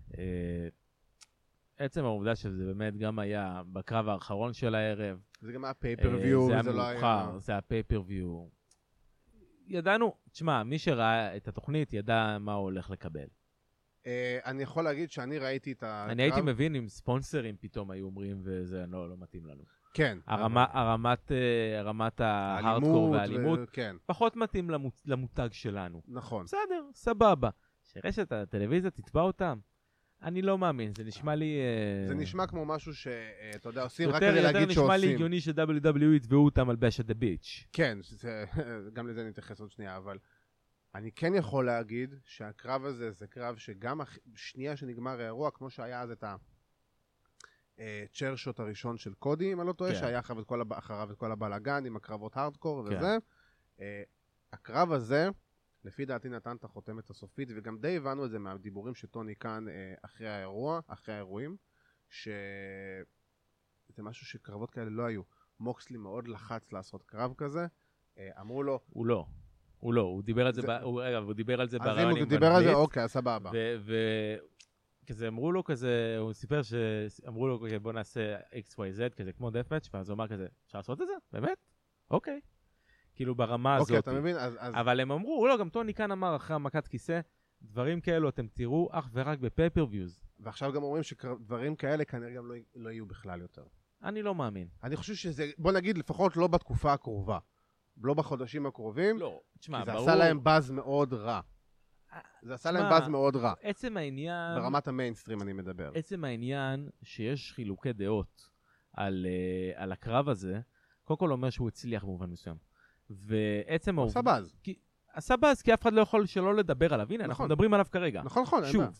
עצם העובדה שזה באמת גם היה בקרב האחרון של הערב. זה גם היה פייפריוויו. זה היה מאוחר, זה היה פייפריוויו. ידענו, תשמע, מי שראה את התוכנית ידע מה הוא הולך לקבל. אני יכול להגיד שאני ראיתי את הקרב. אני הייתי מבין אם ספונסרים פתאום היו אומרים, וזה לא מתאים לנו. כן. הרמת ההארדקור והאלימות, כן. פחות מתאים למותג שלנו. נכון. בסדר, סבבה. שרשת הטלוויזיה תתבע אותם? אני לא מאמין, זה נשמע לי... זה נשמע כמו משהו שאתה יודע, עושים רק כדי להגיד שעושים. יותר נשמע לי הגיוני ש-WWE יתבעו אותם על Bash at the Beach. כן, גם לזה נתייחס עוד שנייה, אבל אני כן יכול להגיד שהקרב הזה זה קרב שגם השנייה שנגמר האירוע, כמו שהיה אז את הצ'רשוט הראשון של קודי, אם אני לא טועה, שהיה אחריו את כל הבלגן עם הקרבות הארדקור וזה. הקרב הזה, לפי דעתי נתן את החותמת הסופית, וגם די הבנו את זה מהדיבורים שטוני כאן אחרי האירועים, שזה משהו שקרבות כאלה לא היו. מוקסלי מאוד לחץ לעשות קרב כזה, אמרו לו... הוא לא, הוא דיבר על זה, הוא דיבר על זה ברעיון עם דיבר על זה, אוקיי, סבבה. וכזה אמרו לו כזה, הוא סיפר שאמרו לו, בוא נעשה XYZ, כזה כמו דאט'מאץ', ואז הוא אמר כזה, אפשר לעשות את זה? באמת? אוקיי. כאילו ברמה הזאת. אוקיי, אתה מבין? אבל הם אמרו, לא, גם טוני כאן אמר אחרי המכת כיסא, דברים כאלו אתם תראו אך ורק בפייפריוויוז. ועכשיו גם אומרים שדברים כאלה כנראה גם לא יהיו בכלל יותר. אני לא מאמין. אני חושב שזה, בוא נגיד, לפחות לא בתקופה הקרובה. לא בחודשים הקרובים. לא, תשמע, ברור. זה עשה להם באז מאוד רע. זה עשה להם באז מאוד רע. עצם העניין... ברמת המיינסטרים אני מדבר. עצם העניין שיש חילוקי דעות על הקרב הזה, קודם כל אומר שהוא הצליח במובן מסוים. ועצם עשה באז. עשה באז כי אף אחד לא יכול שלא לדבר עליו. הנה, אנחנו מדברים עליו כרגע. נכון, שוב.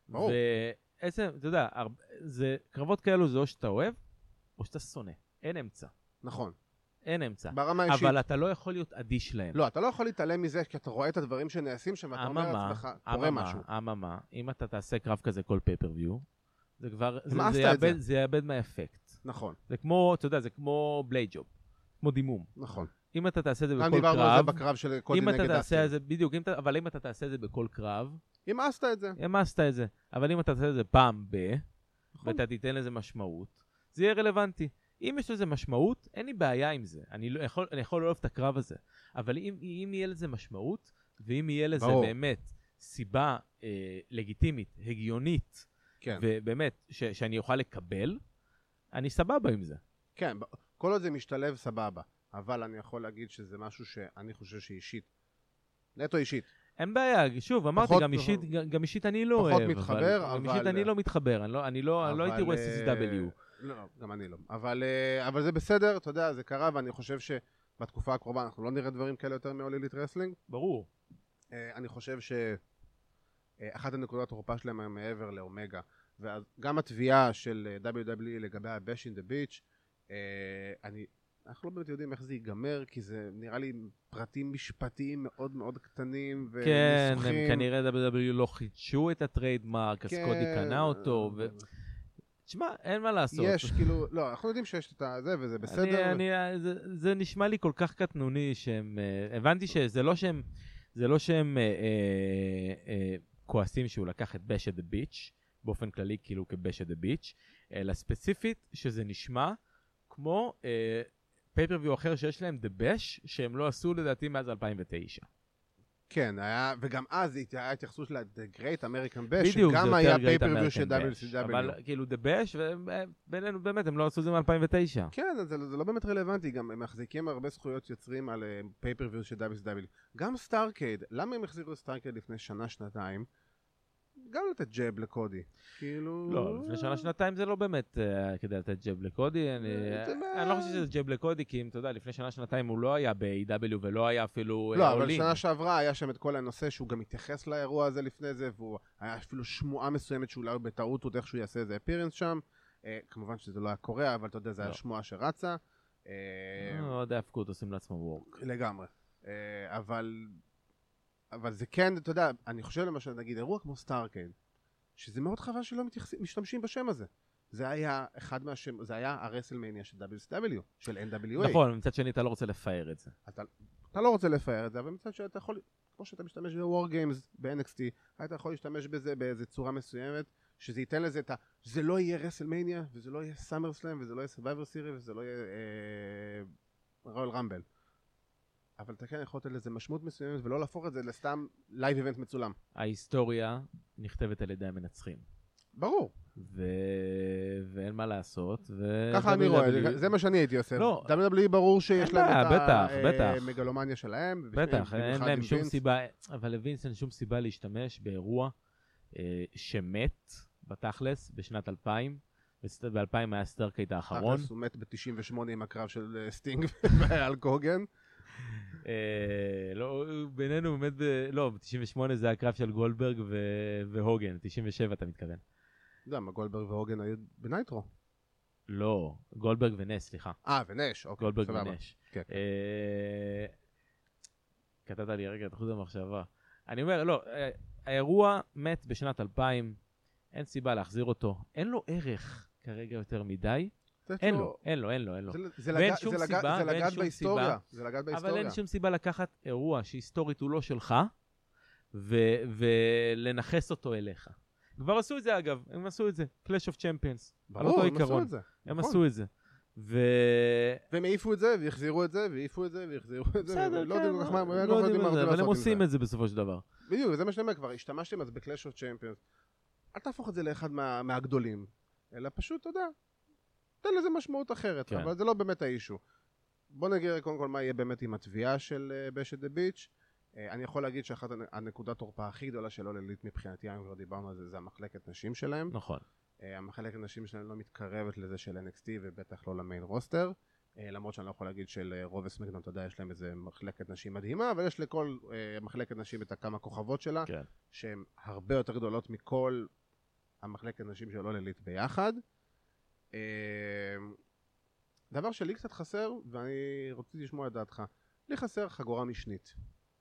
ועצם, אתה יודע, זה קרבות כאלו זה או שאתה אוהב, או שאתה שונא. אין אמצע. נכון. אין אמצע. ברמה אישית. אבל אתה לא יכול להיות אדיש להם. לא, אתה לא יכול להתעלם מזה, כי אתה רואה את הדברים שנעשים שם, ואתה אומר לעצמך, קורה משהו. אממה, אם אתה תעשה קרב כזה כל פייפריוויו, זה כבר, זה יאבד מהאפקט. נכון. זה כמו, אתה יודע, זה כמו בלייג'וב, כמו דימום. נכון. אם אתה תעשה את זה בכל קרב, דיברנו על זה בקרב של קודי נגד אסטין. בדיוק, אבל אם אתה תעשה את זה בכל קרב, המאסת את זה. אבל אם אתה תעשה את זה פעם ואתה תיתן לזה משמעות, זה יהיה רלוונטי. אם יש לזה משמעות, אין לי בעיה עם זה. אני יכול לאהוב את הקרב הזה. אבל אם יהיה לזה משמעות, ואם יהיה לזה באמת סיבה לגיטימית, הגיונית, ובאמת שאני אוכל לקבל, אני סבבה עם זה. כן, כל עוד זה משתלב סבבה. אבל אני יכול להגיד שזה משהו שאני חושב שאישית, נטו אישית. אין בעיה, שוב, אמרתי, גם אישית אני לא אוהב. פחות מתחבר, אבל... גם אישית אני לא מתחבר, אני לא הייתי רואה CCW. לא, גם אני לא. אבל זה בסדר, אתה יודע, זה קרה, ואני חושב שבתקופה הקרובה אנחנו לא נראה דברים כאלה יותר מ-All Elite Wrestling. ברור. אני חושב שאחת הנקודות התורפה שלהם היא מעבר לאומגה, וגם התביעה של WWE לגבי ה-Bash in the Beach, אנחנו לא באמת יודעים איך זה ייגמר, כי זה נראה לי פרטים משפטיים מאוד מאוד קטנים וניסוחים. כן, הם כנראה WWE לא חידשו את הטריידמרק, אז קודי קנה אותו, תשמע, אין מה לעשות. יש, כאילו, לא, אנחנו יודעים שיש את זה, וזה בסדר. זה נשמע לי כל כך קטנוני, שהם, הבנתי שזה לא שהם כועסים שהוא לקח את Bash at the Beach, באופן כללי כאילו כ-Bash at the Beach, אלא ספציפית שזה נשמע כמו פייפריוויו אחר שיש להם The Bash, שהם לא עשו לדעתי מאז 2009. כן, וגם אז היה התייחסות של The Great American Bash, שגם היה פייפריוויו של WCW. אבל כאילו The Bash, ובינינו באמת, הם לא עשו את זה מ-2009. כן, זה לא באמת רלוונטי, גם הם מחזיקים הרבה זכויות יוצרים על פייפריוויו של WCW. גם סטארקייד, למה הם החזירו סטארקייד לפני שנה, שנתיים? גם לתת ג'אב לקודי. כאילו... לא, לפני שנה, שנתיים זה לא באמת כדי לתת ג'אב לקודי. אני לא חושב שזה ג'אב לקודי, כי אם אתה יודע, לפני שנה, שנתיים הוא לא היה ב-AW ולא היה אפילו... לא, אבל שנה שעברה היה שם את כל הנושא שהוא גם התייחס לאירוע הזה לפני זה, והוא היה אפילו שמועה מסוימת שאולי בטעות עוד איך שהוא יעשה איזה אפירנס שם. כמובן שזה לא היה קורה, אבל אתה יודע, זה היה שמועה שרצה. עוד ההפקות עושים לעצמו וורק. לגמרי. אבל זה כן, אתה יודע, אני חושב למשל, נגיד, אירוע כמו סטארקייד, שזה מאוד חבל שלא משתמשים בשם הזה. זה היה אחד מהשם, זה היה הרסלמניה של WCW, של NWA. נכון, מצד שני אתה לא רוצה לפאר את זה. אתה לא רוצה לפאר את זה, אבל מצד שני אתה יכול, כמו שאתה משתמש ב-War Games, ב-NXT, אתה יכול להשתמש בזה באיזו צורה מסוימת, שזה ייתן לזה את זה לא יהיה רסלמניה, וזה לא יהיה SummerSlam, וזה לא יהיה Survivor Series, וזה לא יהיה Royal Rumble. אבל אתה כן יכול לתת לזה משמעות מסוימת ולא להפוך את זה לסתם לייב איבנט מצולם. ההיסטוריה נכתבת על ידי המנצחים. ברור. ואין מה לעשות. ככה אני רואה, זה מה שאני הייתי עושה. לא. WWE ברור שיש להם את המגלומניה שלהם. בטח, אין להם שום סיבה, אבל לווינס אין שום סיבה להשתמש באירוע שמת בתכלס בשנת 2000. ב-2000 היה סטארקייד האחרון. תכלס הוא מת ב-98 עם הקרב של סטינג ואלק הוגן. לא, בינינו באמת, לא, ב-98 זה הקרב של גולדברג והוגן, 97 אתה מתכוון. אתה יודע מה, גולדברג והוגן היו בנייטרו. לא, גולדברג ונש, סליחה. ונש, אוקיי. גולדברג ונש. כתבת לי רגע, תחוז המחשבה. אני אומר, לא, האירוע מת בשנת 2000, אין סיבה להחזיר אותו, אין לו ערך כרגע יותר מדי. אין לו. ואין שום סיבה, אבל אין שום סיבה לקחת אירוע שהיסטורית הוא לא שלך, ולנחס אותו אליך. כבר עשו את זה אגב, הם עשו את זה, Clash of Champions. ברור, הם עשו את זה. הם עשו את זה. והם העיפו את זה, והחזירו את זה, והעיפו את זה, והחזירו את זה. בסדר, כן, לא יודעים מה רוצים אבל הם לעשות עושים את זה בסופו של דבר. בדיוק, זה מה שאני אומר, כבר השתמשתם אז בקלאש אוף צ'מפיונס. אל תהפוך את זה לאחד מהגדולים, אלא פשוט, אתה יודע, תן לזה משמעות אחרת, אבל זה לא באמת האישו. בוא נגיד קודם כל מה יהיה באמת עם התביעה של באש את דה ביץ'. אני יכול להגיד שאחת הנקודת תורפה הכי גדולה של All Elite מבחינתי, אם כבר דיברנו על זה, זה המחלקת נשים שלהם. נכון. המחלקת נשים שלהם לא מתקרבת לזה של NXT ובטח לא למיין רוסטר. למרות שאני לא יכול להגיד שלרוב וסמקדאון, אתה יודע, יש להם איזה מחלקת נשים מדהימה, אבל יש לכל מחלקת נשים את הכמה כוכבות שלה, שהן הרבה יותר גדולות מכל המחלקת נשים של All Elite ביחד. דבר שלי קצת חסר, ואני רציתי לשמוע את דעתך, לי חסר חגורה משנית.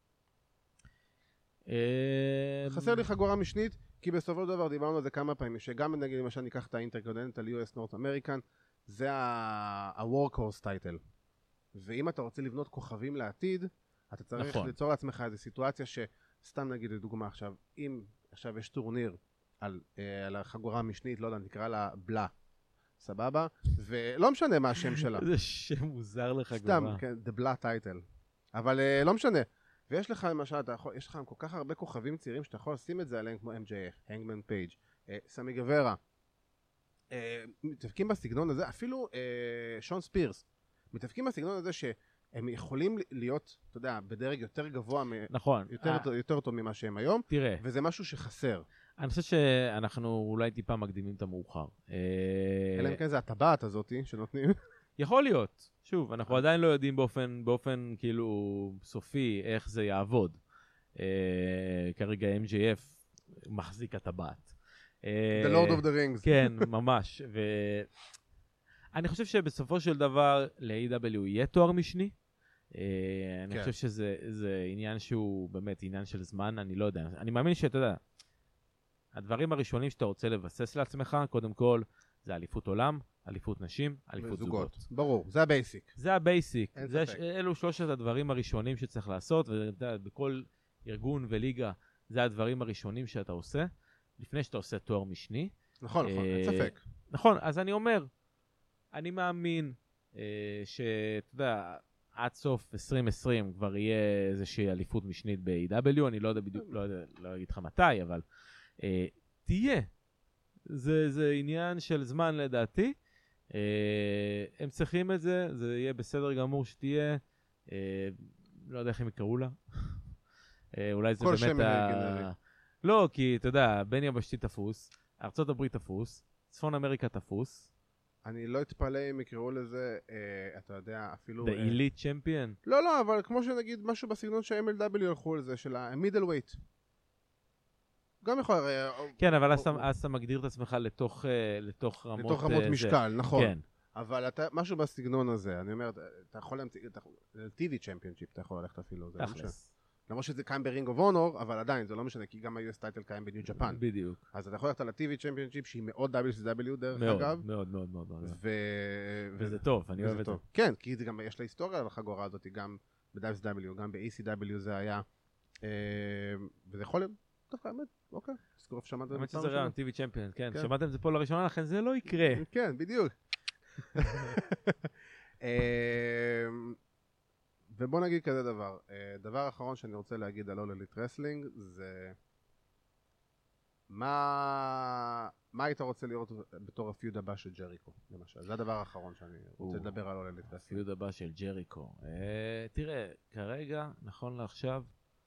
חסר לי חגורה משנית, כי בסופו של דבר דיברנו על זה כמה פעמים, שגם נגיד למשל ניקח את האינטרקונטיננטל US North American, זה ה-Workhorse title. ואם אתה רוצה לבנות כוכבים לעתיד, אתה צריך ליצור לעצמך איזו סיטואציה שסתם נגיד לדוגמה עכשיו, אם עכשיו יש טורניר על החגורה המשנית, לא יודע, נקרא לה בלה, סבבה? ולא משנה מה השם שלה. זה שם מוזר לחגורה. סתם, כן, the בלה title. אבל לא משנה. ויש לך למשל, יש לך כל כך הרבה כוכבים צעירים שאתה יכול לשים את זה עליהם כמו MJF, הנגמן פייג', סמי גוורה. מתאבקים בסגנון הזה, אפילו שון ספירס. מתאבקים בסגנון הזה שהם יכולים להיות, אתה יודע, בדרג יותר גבוה, נכון. יותר טוב ממה שהם היום. תראה. וזה משהו שחסר. אני חושב שאנחנו אולי טיפה מקדימים את המאוחר. אלא אם כן זה הטבעת הזאת שנותנים. יכול להיות. שוב, אנחנו עדיין לא יודעים באופן כאילו סופי איך זה יעבוד. כרגע MJF מחזיק הטבעת. The Lord of the Rings. כן, ממש. אני חושב שבסופו של דבר ל-AW יהיה תואר משני. אני חושב שזה עניין שהוא באמת עניין של זמן, אני לא יודע. אני מאמין שאתה יודע, הדברים הראשונים שאתה רוצה לבסס לעצמך, קודם כל, זה אליפות עולם, אליפות נשים, אליפות זוגות. ברור, זה הבייסיק. זה הבייסיק. אלו שלושת הדברים הראשונים שצריך לעשות, ובכל ארגון וליגה, זה הדברים הראשונים שאתה עושה, לפני שאתה עושה תואר משני. נכון, אין ספק. נכון, אז אני אומר, אני מאמין שאתה יודע, עד סוף 2020 כבר יהיה איזושהי אליפות משנית ב-AW, אני לא יודע בדיוק, לא אגיד לך מתי, אבל תהיה. זה עניין של זמן לדעתי. הם צריכים את זה, זה יהיה בסדר גמור שתהיה. לא יודע איך הם יקראו לה. אולי זה באמת גנרי. לא, כי אתה יודע, בין יבשתי תפוס, ארצות הברית תפוס, צפון אמריקה תפוס. אני לא אתפלא אם יקראו לזה, אתה יודע, אפילו... The Elite Champion? לא, אבל כמו שנגיד משהו בסגנון שה-MLW הלכו לזה, של ה-Middle Weight. גם יכול... כן, אבל אז אתה מגדיר את עצמך לתוך רמות... לתוך רמות משקל, נכון. כן. אבל משהו בסגנון הזה, אני אומר, אתה יכול להמציא... TV Championship, אתה יכול ללכת אפילו. תכלס. למרות שזה קיים ברינג אוף אונור, אבל עדיין, זה לא משנה, כי גם ה-US טייטל קיים בניו ג'פן. בדיוק. אז אתה יכול ללכת על ה-TV Championship, שהיא מאוד WCW דרך אגב. מאוד, מאוד, מאוד, מאוד. וזה טוב, אני אוהב את זה. כן, כי גם יש לה היסטוריה על החגורה הזאת, גם ב-WCW, גם ב-ECW זה היה, וזה יכול להיות, דווקא האמת, אוקיי, סגרוף שמעתם. האמת שזה רעיון, TV Champion, כן, שמעתם את זה פה לראשונה, לכן זה לא יקרה. כן, בדיוק. ובוא נגיד כזה דבר, דבר אחרון שאני רוצה להגיד על All Elite Wrestling זה מה היית רוצה לראות בתור הפיוד הבא של ג'ריקו, למשל? זה הדבר האחרון שאני רוצה לדבר על All Elite Wrestling. הפיוד הבא של ג'ריקו. תראה, כרגע, נכון לעכשיו,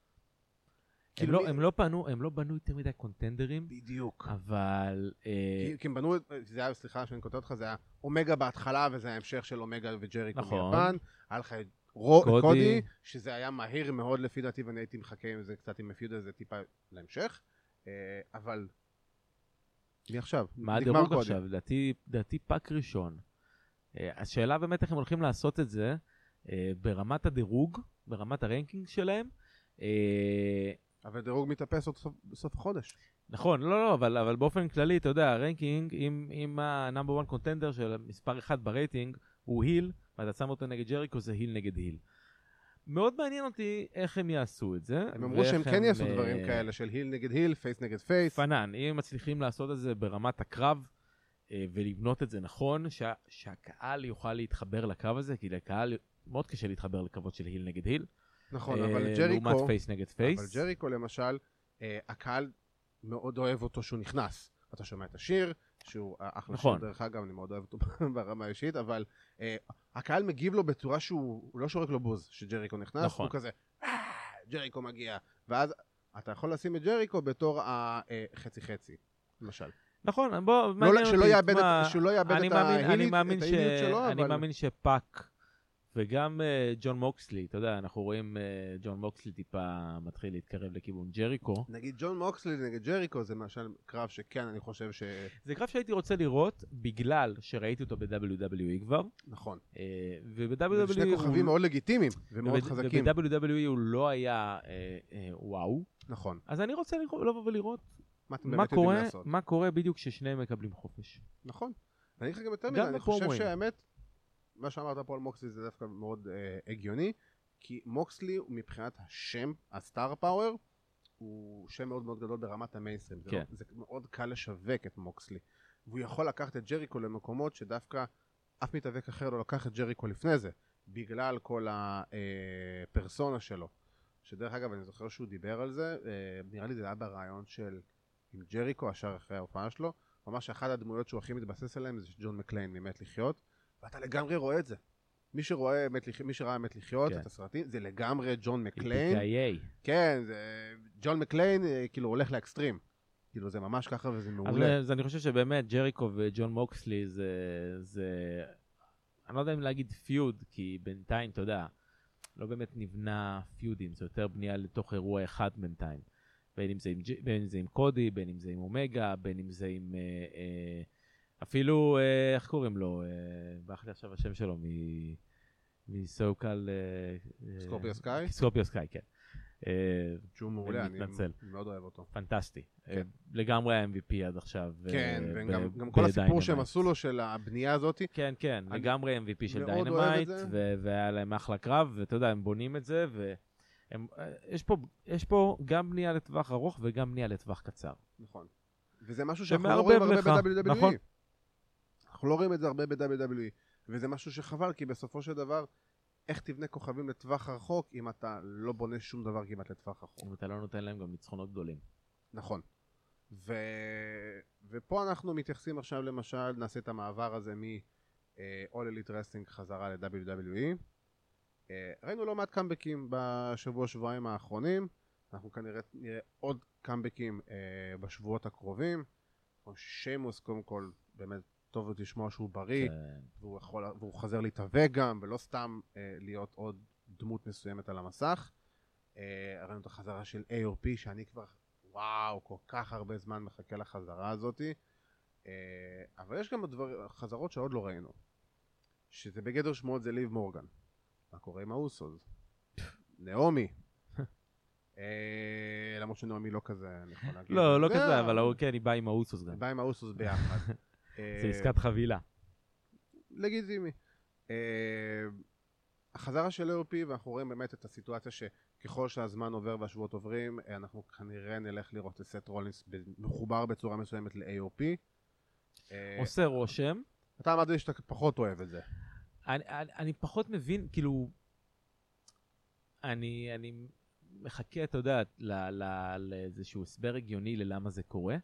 הם לא בנו יותר מדי קונטנדרים. בדיוק. אבל... כי הם בנו, זה היה, סליחה שאני כותב אותך, זה היה אומגה בהתחלה, וזה ההמשך של אומגה וג'ריקו מיפן. היה לך קודי, שזה היה מהיר מאוד לפי דעתי, ואני הייתי מחכה עם זה קצת עם הפיוד הזה טיפה להמשך. אבל... מי עכשיו? מה הדירוג עכשיו? דעתי פאק ראשון. השאלה באמת איך הם הולכים לעשות את זה, ברמת הדירוג, ברמת הרנקינג שלהם. אבל דירוג מתאפס בסוף החודש. נכון, לא, אבל באופן כללי, אתה יודע, הרנקינג, אם הנאמבר 1 קונטנדר של מספר 1 ברייטינג הוא היל, ואתה שם אותו נגד ג'ריקו, זה היל נגד היל. מאוד מעניין אותי איך הם יעשו את זה. הם אמרו שהם כן יעשו דברים כאלה, של היל נגד היל, פייס נגד פייס. פנן, אם הם מצליחים לעשות את זה ברמת הקרב, ולבנות את זה נכון, שהקהל יוכל להתחבר לקרב הזה, כי לקהל מאוד קשה להתחבר לקרבות של היל נגד היל. נכון, אבל ג'ריקו, לעומת פייס נגד פייס. אבל ג'ריקו למשל, הקהל מאוד אוהב אותו שהוא נכנס. אתה שומע את השיר, שהוא אחלה נכון. שיר, דרך אגב, אני מאוד אוהב אותו ברמה האישית, אבל הקהל מגיב לו בצורה שהוא לא שורק לו בוז, שג'ריקו נכנס, נכון. הוא כזה, ג'ריקו מגיע, ואז אתה יכול לשים את ג'ריקו בתור החצי-חצי, למשל. נכון, בוא, שלא יאבד את ההיליות שלו, אני מאמין שפאק וגם ג'ון מוקסלי, אתה יודע, אנחנו רואים ג'ון מוקסלי טיפה מתחיל להתקרב לכיוון ג'ריקו. נגיד ג'ון מוקסלי נגד ג'ריקו זה למשל קרב שכן, אני חושב זה קרב שהייתי רוצה לראות בגלל שראיתי אותו ב-WWE כבר. נכון. וב-WWE שני כוכבים מאוד לגיטימיים ומאוד חזקים. וב-WWE הוא לא היה וואו. נכון. אז אני רוצה לבוא ולראות מה קורה בדיוק כששניהם מקבלים חופש. נכון. אני אגיד לך גם יותר מזה, אני חושב שהאמת, מה שאמרת פה על מוקסלי זה דווקא מאוד הגיוני, כי מוקסלי מבחינת השם, הסטאר פאוור, הוא שם מאוד מאוד גדול ברמת המיינסטרים. כן. זה מאוד קל לשווק את מוקסלי. והוא יכול לקחת את ג'ריקו למקומות שדווקא אף מתאבק אחר לא לקח את ג'ריקו לפני זה, בגלל כל הפרסונה שלו. שדרך אגב, אני זוכר שהוא דיבר על זה, נראה לי זה היה ברעיון של עם ג'ריקו, השאר אחרי ההופעה שלו, ממש אחת הדמויות שהוא הכי מתבסס עליהם זה ג'ון מקליין ממת לחיות, ואתה לגמרי רואה את זה. מי שראה מת לחיות, את הסרטים, זה לגמרי ג'ון מקליין. כן, ג'ון מקליין כאילו הולך לאקסטרים. כאילו זה ממש ככה וזה מעולה. אז אני חושב שבאמת ג'ריקו וג'ון מוקסלי זה... אני לא יודע אם להגיד פיוד, כי בינתיים, אתה יודע, לא באמת נבנה פיודים, זה יותר בנייה לתוך אירוע אחד בינתיים. בין אם זה עם קודי, בין אם זה עם אומגה, בין אם זה עם... אפילו, איך קוראים לו? באח לי עכשיו השם שלו מסוקל... סקורפיו סקאי? סקורפיו סקאי, כן. שהוא מעולה, אני מאוד אוהב אותו. פנטסטי. לגמרי ה-MVP עד עכשיו. כן, וגם כל הסיפור שהם עשו לו של הבנייה הזאת. כן, כן, לגמרי MVP של דיינמייט, והיה להם אחלה קרב, ואתה יודע, הם בונים את זה, יש פה גם בנייה לטווח ארוך וגם בנייה לטווח קצר. נכון. וזה משהו שאנחנו לא רואים הרבה ב-WWE. נכון. אנחנו לא רואים את זה הרבה ב-WWE. וזה משהו שחבל, כי בסופו של דבר, איך תבנה כוכבים לטווח רחוק, אם אתה לא בונה שום דבר כמעט לטווח רחוק. אם אתה לא נותן להם גם ניצחונות גדולים. נכון. ופה אנחנו מתייחסים עכשיו, למשל, נעשה את המעבר הזה מ-All Elite Wrestling חזרה ל-WWE. ראינו לא מעט קאמבקים בשבוע-שבועיים האחרונים. אנחנו כנראה נראה עוד קאמבקים בשבועות הקרובים. שיימוס, קודם כל, באמת טוב לשמוע שהוא בריא, והוא חזר להתאבק גם, ולא סתם להיות עוד דמות מסוימת על המסך. ראינו את החזרה של AOP, שאני כבר, וואו, כל כך הרבה זמן מחכה לחזרה הזאת. אבל יש גם חזרות שעוד לא ראינו. שזה בגדר שמות זה ליב מורגן. מה קורה עם האוסוס? נעמי. למרות שנעמי לא כזה, אני יכול להגיד. לא כזה, אבל כן, היא באה עם האוסוס גם. היא באה עם האוסוס ביחד. זה עסקת חבילה. לגיטימי. החזרה של AOP, ואנחנו רואים באמת את הסיטואציה שככל שהזמן עובר והשבועות עוברים, אנחנו כנראה נלך לראות את סט רולינס מחובר בצורה מסוימת ל-AOP. עושה רושם. אתה אמרת לי שאתה פחות אוהב את זה. אני פחות מבין, כאילו, אני מחכה, אתה יודע, לאיזשהו הסבר הגיוני ללמה זה קורה.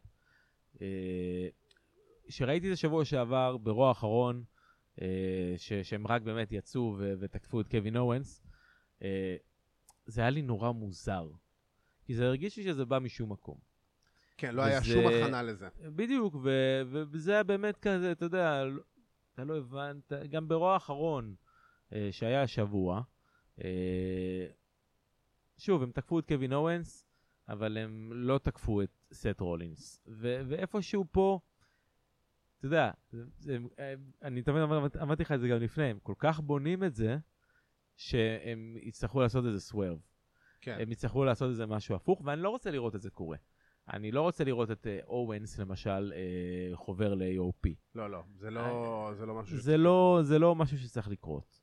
שראיתי את זה שבוע שעבר ברוע האחרון, שהם רק באמת יצאו ותקפו את קווין אוונס, זה היה לי נורא מוזר. כי זה הרגיש לי שזה בא משום מקום. כן, לא היה שום הכנה לזה. בדיוק, וזה היה באמת כזה, אתה יודע, אתה לא הבנת, גם ברוע האחרון שהיה השבוע, שוב, הם תקפו את קווין אוונס, אבל הם לא תקפו את סט רולינס. ואיפשהו פה, אתה יודע, אני תמיד אמרתי לך את זה גם לפני, הם כל כך בונים את זה, שהם יצטרכו לעשות איזה סוורב. כן. הם יצטרכו לעשות איזה משהו הפוך, ואני לא רוצה לראות את זה קורה. אני לא רוצה לראות את אוונס, למשל, חובר ל-AOP. לא, זה לא משהו... זה לא משהו שצריך לקרות.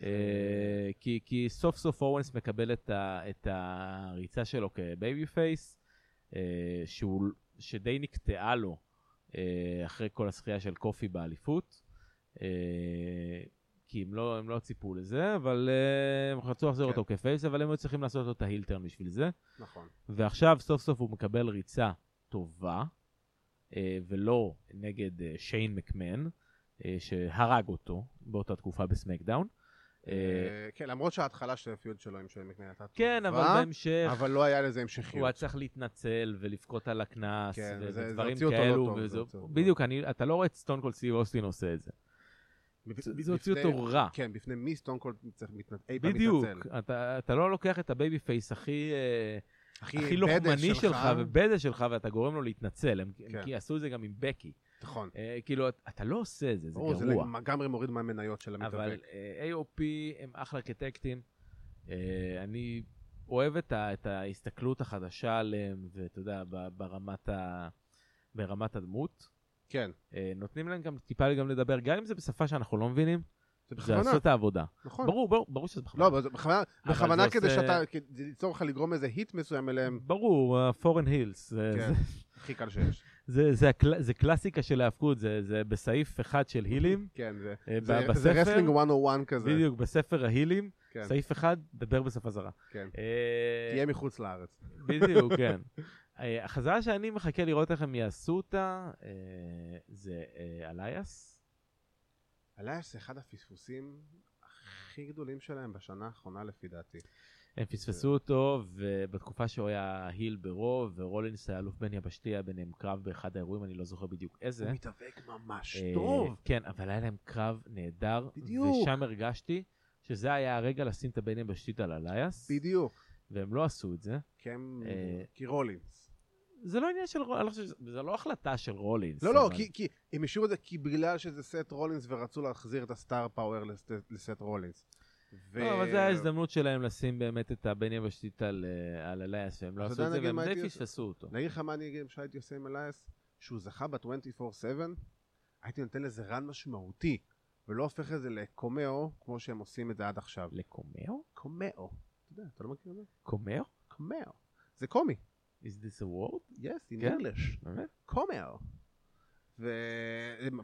כי סוף סוף אוונס מקבל את הריצה שלו כבייבי פייס, שדי נקטעה לו אחרי כל השחייה של קופי באליפות, כי הם לא ציפו לזה, אבל הם רצו להחזיר אותו כפייס, אבל הם היו צריכים לעשות אותו את ההילטרן בשביל זה. נכון. ועכשיו סוף סוף הוא מקבל ריצה טובה, ולא נגד שיין מקמן, שהרג אותו באותה תקופה בסמקדאון. כן, למרות שההתחלה של הפיוד שלו עם שיין מקמן הייתה טובה. כן, אבל בהמשך... אבל לא היה לזה המשכיות. הוא היה צריך להתנצל ולבכות על הכנס, כן, ודברים זה כאלו. לא טוב. בדיוק, אתה לא רואה את סטון קולד סטיב אוסטין עושה את זה. זה הוציא אותו רע. כן, בפני מי סטון קולד צריך אי פעם בדיוק, מתנצל. אתה לא לוקח את הבייבי פייס הכי לוחמני שלך ובדל שלך, ואתה גורם לו להתנצל. הם כי עשו את זה גם עם בקי. נכון. כאילו, אתה לא עושה את זה, זה גרוע. זה לגמרי מוריד מהמניות של המתאבק. אבל AOP הם אחלה כטקטים. אני אוהב את ההסתכלות החדשה עליהם, ואתה יודע, ברמת הדמות. כן. נותנים להם גם טיפה גם לדבר, גם אם זה בשפה שאנחנו לא מבינים, זה עושה את העבודה. נכון. ברור שזה בכוונה. לא, בכוונה כדי שאתה, ליצור לך לגרום איזה היט מסוים אליהם. ברור, פורן הילס. כן, הכי קל שיש. זה קלאסיקה של ההפקות, זה בסעיף אחד של הילים. כן, זה רסלינג 101 כזה. בדיוק, בספר ההילים, סעיף אחד, דבר בשפה זרה. כן, תהיה מחוץ לארץ. בדיוק, כן. החזרה שאני מחכה לראות איך הם יעשו אותה, זה אלייס. אלייס זה אחד הפספוסים הכי גדולים שלהם בשנה האחרונה לפי דעתי. הם פספסו אותו, ובתקופה שהוא היה היל ברוב, ורולינס היה אלוף בן יבשתי, היה ביניהם קרב באחד האירועים, אני לא זוכר בדיוק איזה. הוא מתאבק ממש טוב. כן, אבל היה להם קרב נהדר, ושם הרגשתי שזה היה הרגע לשים את הבן יבשתית על אלייס. בדיוק. והם לא עשו את זה. כי רולינס. זה לא עניין של רולינס, זה לא החלטה של רולינס. לא, כי הם השאירו את זה כי בגלל שזה סט רולינס ורצו להחזיר את הסטאר פאוור לסט רולינס. לא, אבל זה ההזדמנות שלהם לשים באמת את הבן יבשתית על אלייס, והם לא עשו את זה, והם די פספסו אותו. נגיד לך מה אני אגיד שהייתי עושה עם אלייס? שהוא זכה ב-24/7, הייתי נותן לזה רן משמעותי, ולא הופך את זה לקומאו, כמו שהם עושים את זה עד עכשיו. לקומאו? קומאו. אתה יודע, אתה לא מכיר את זה? קומאו? קומאו. זה קומי. Is this a word? Yes, in English. קומאו. והם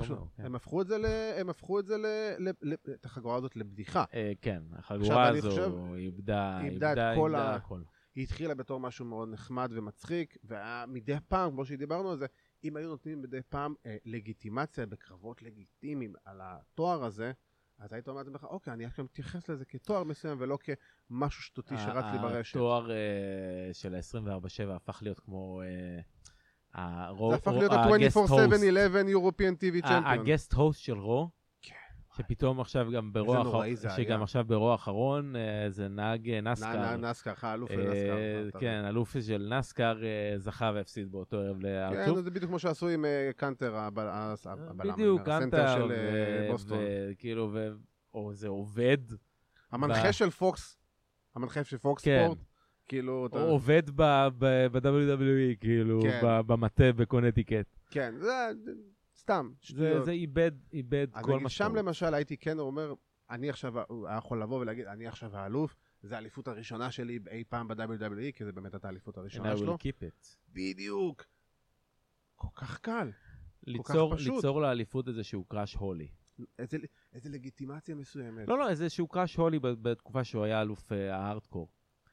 הפכו את זה את החגורה הזאת לבדיחה. כן, החגורה הזו איבדה הכל. היא התחילה בתור משהו מאוד נחמד ומצחיק, ומדי פעם, כמו שדיברנו על זה, אם היו נותנים מדי פעם לגיטימציה בקרבות לגיטימיים על התואר הזה, אז היית אומרת לך, אוקיי, אני עכשיו מתייחס לזה כתואר מסוים ולא כמשהו שטותי שרץ לי ברשת. התואר של ה-24/7 הפך להיות כמו... זה הפך להיות ה-24/7-11 European TV Champion. הגסט הוסט של רו, שפתאום עכשיו גם ברוע האחרון, זה נהג נסקר. נסקר, אלוף נסקר. כן, אלוף של נסקר זכה והפסיד באותו ערב לארצוף. כן, זה בדיוק כמו שעשו עם קנטר, הבלם. בדיוק, קנטר, וכאילו, או זה עובד. המנחה של פוקס ספורט. כאילו... הוא עובד ב-WWE, כאילו, במטה בקונטיקט. כן, זה סתם. זה איבד כל משמעות. שם למשל הייתי כן אומר, אני עכשיו, הוא היה יכול לבוא ולהגיד, אני עכשיו האלוף, זה האליפות הראשונה שלי אי פעם ב-WWE, כי זה באמת הייתה האליפות הראשונה שלו. And I will keep it. בדיוק. כל כך קל. כל כך פשוט. ליצור לאליפות איזשהו קראש הולי. איזה לגיטימציה מסוימת. לא, איזשהו קראש הולי בתקופה שהוא היה אלוף ההארדקור.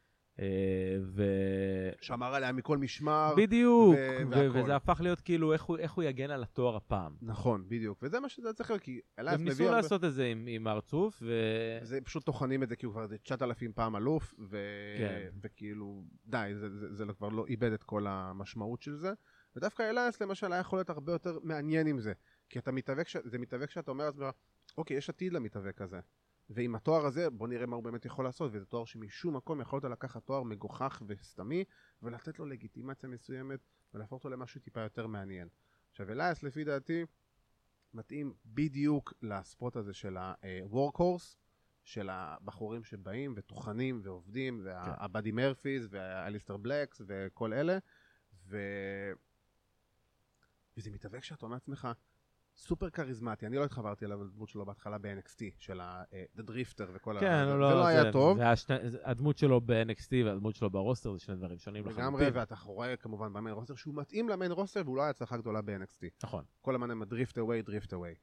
שמר עליה מכל משמר. בדיוק, וזה הפך להיות כאילו איך הוא יגן על התואר הפעם. נכון, בדיוק, וזה מה שזה צריך להיות, כי הם ניסו לעשות את זה עם הרצוף, זה פשוט טוחנים את זה, כי הוא כבר 9,000 פעם אלוף, וכאילו, די, זה כבר לא איבד את כל המשמעות של זה, ודווקא אלייס למשל היה יכול להיות הרבה יותר מעניין עם זה, כי זה מתאבק שאתה אומר, אוקיי, יש עתיד למתאבק הזה. ועם התואר הזה, בוא נראה מה הוא באמת יכול לעשות, וזה תואר שמשום מקום יכול להיות לקחת תואר מגוחך וסתמי, ולתת לו לגיטימציה מסוימת, ולהפוך אותו למשהו טיפה יותר מעניין. עכשיו, אלייס, לפי דעתי, מתאים בדיוק לספורט הזה של ה-workhorse, של הבחורים שבאים וטוחנים ועובדים, והבאדי מרפיז, והאליסטר בלקס, וכל אלה, וזה מתאבק שאתה אומר לעצמך, סופר כריזמטי, אני לא התחברתי אליו לדמות שלו בהתחלה ב-NXT, של The Drifter וכל כן, זה לא היה טוב. הדמות שלו ב-NXT והדמות שלו ברוסטר זה שני דברים שונים לחלוטין. לגמרי, ואתה רואה כמובן במיין רוסטר שהוא מתאים למיין רוסטר, והוא לא היה הצלחה גדולה ב-NXT. נכון. כל הזמן הם דריפט אווי.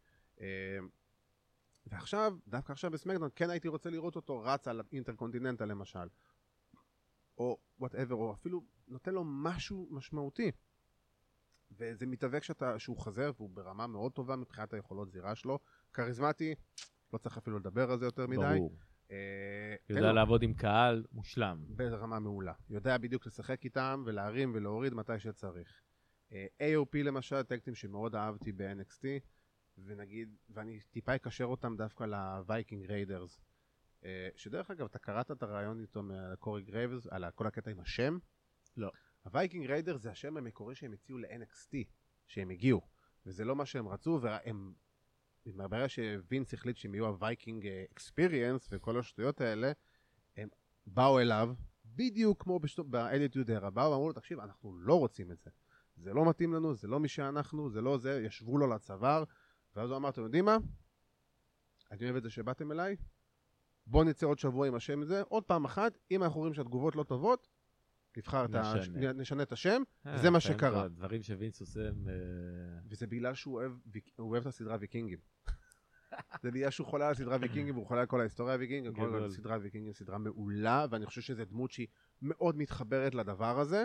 ועכשיו, דווקא עכשיו בסמקדאון, כן הייתי רוצה לראות אותו רץ על אינטרקונטיננטל למשל. או whatever, או אפילו נותן לו משהו משמעותי. וזה מתאבק שהוא חזר, והוא ברמה מאוד טובה מבחינת היכולות זירה שלו. כריזמטי, לא צריך אפילו לדבר על זה יותר מדי. ברור. יודע לעבוד עם קהל מושלם. ברמה מעולה. יודע בדיוק לשחק איתם ולהרים ולהוריד מתי שצריך. AOP למשל, טקטים שמאוד אהבתי ב-NXT, ואני טיפה אקשר אותם דווקא לווייקינג ריידרס. שדרך אגב, אתה קראת את הרעיון איתו מקורי גרייבס, על כל הקטע עם השם? לא. הווייקינג ריידר זה השם המקורי שהם הציעו ל-NXT, שהם הגיעו, וזה לא מה שהם רצו, והם, ברגע שווינס החליט שהם יהיו הווייקינג אקספיריאנס וכל השטויות האלה, הם באו אליו, בדיוק כמו באדיטוד era, באו ואמרו לו, תקשיב, אנחנו לא רוצים את זה, זה לא מתאים לנו, זה לא מי שאנחנו, זה לא זה, ישבו לו לצוואר, ואז הוא אמר, אתם יודעים מה? אני אוהב את זה שבאתם אליי, בואו נצא עוד שבוע עם השם הזה, עוד פעם אחת, אם אנחנו רואים שהתגובות לא טובות, נשנה את השם, וזה מה שקרה. דברים שווינס עושה... וזה בגלל שהוא אוהב את הסדרה ויקינגים. זה בגלל שהוא חולה על הסדרה ויקינגים, והוא חולה על כל ההיסטוריה ויקינגים, כל הסדרה ויקינגים סדרה מעולה, ואני חושב שזו דמות שהיא מאוד מתחברת לדבר הזה.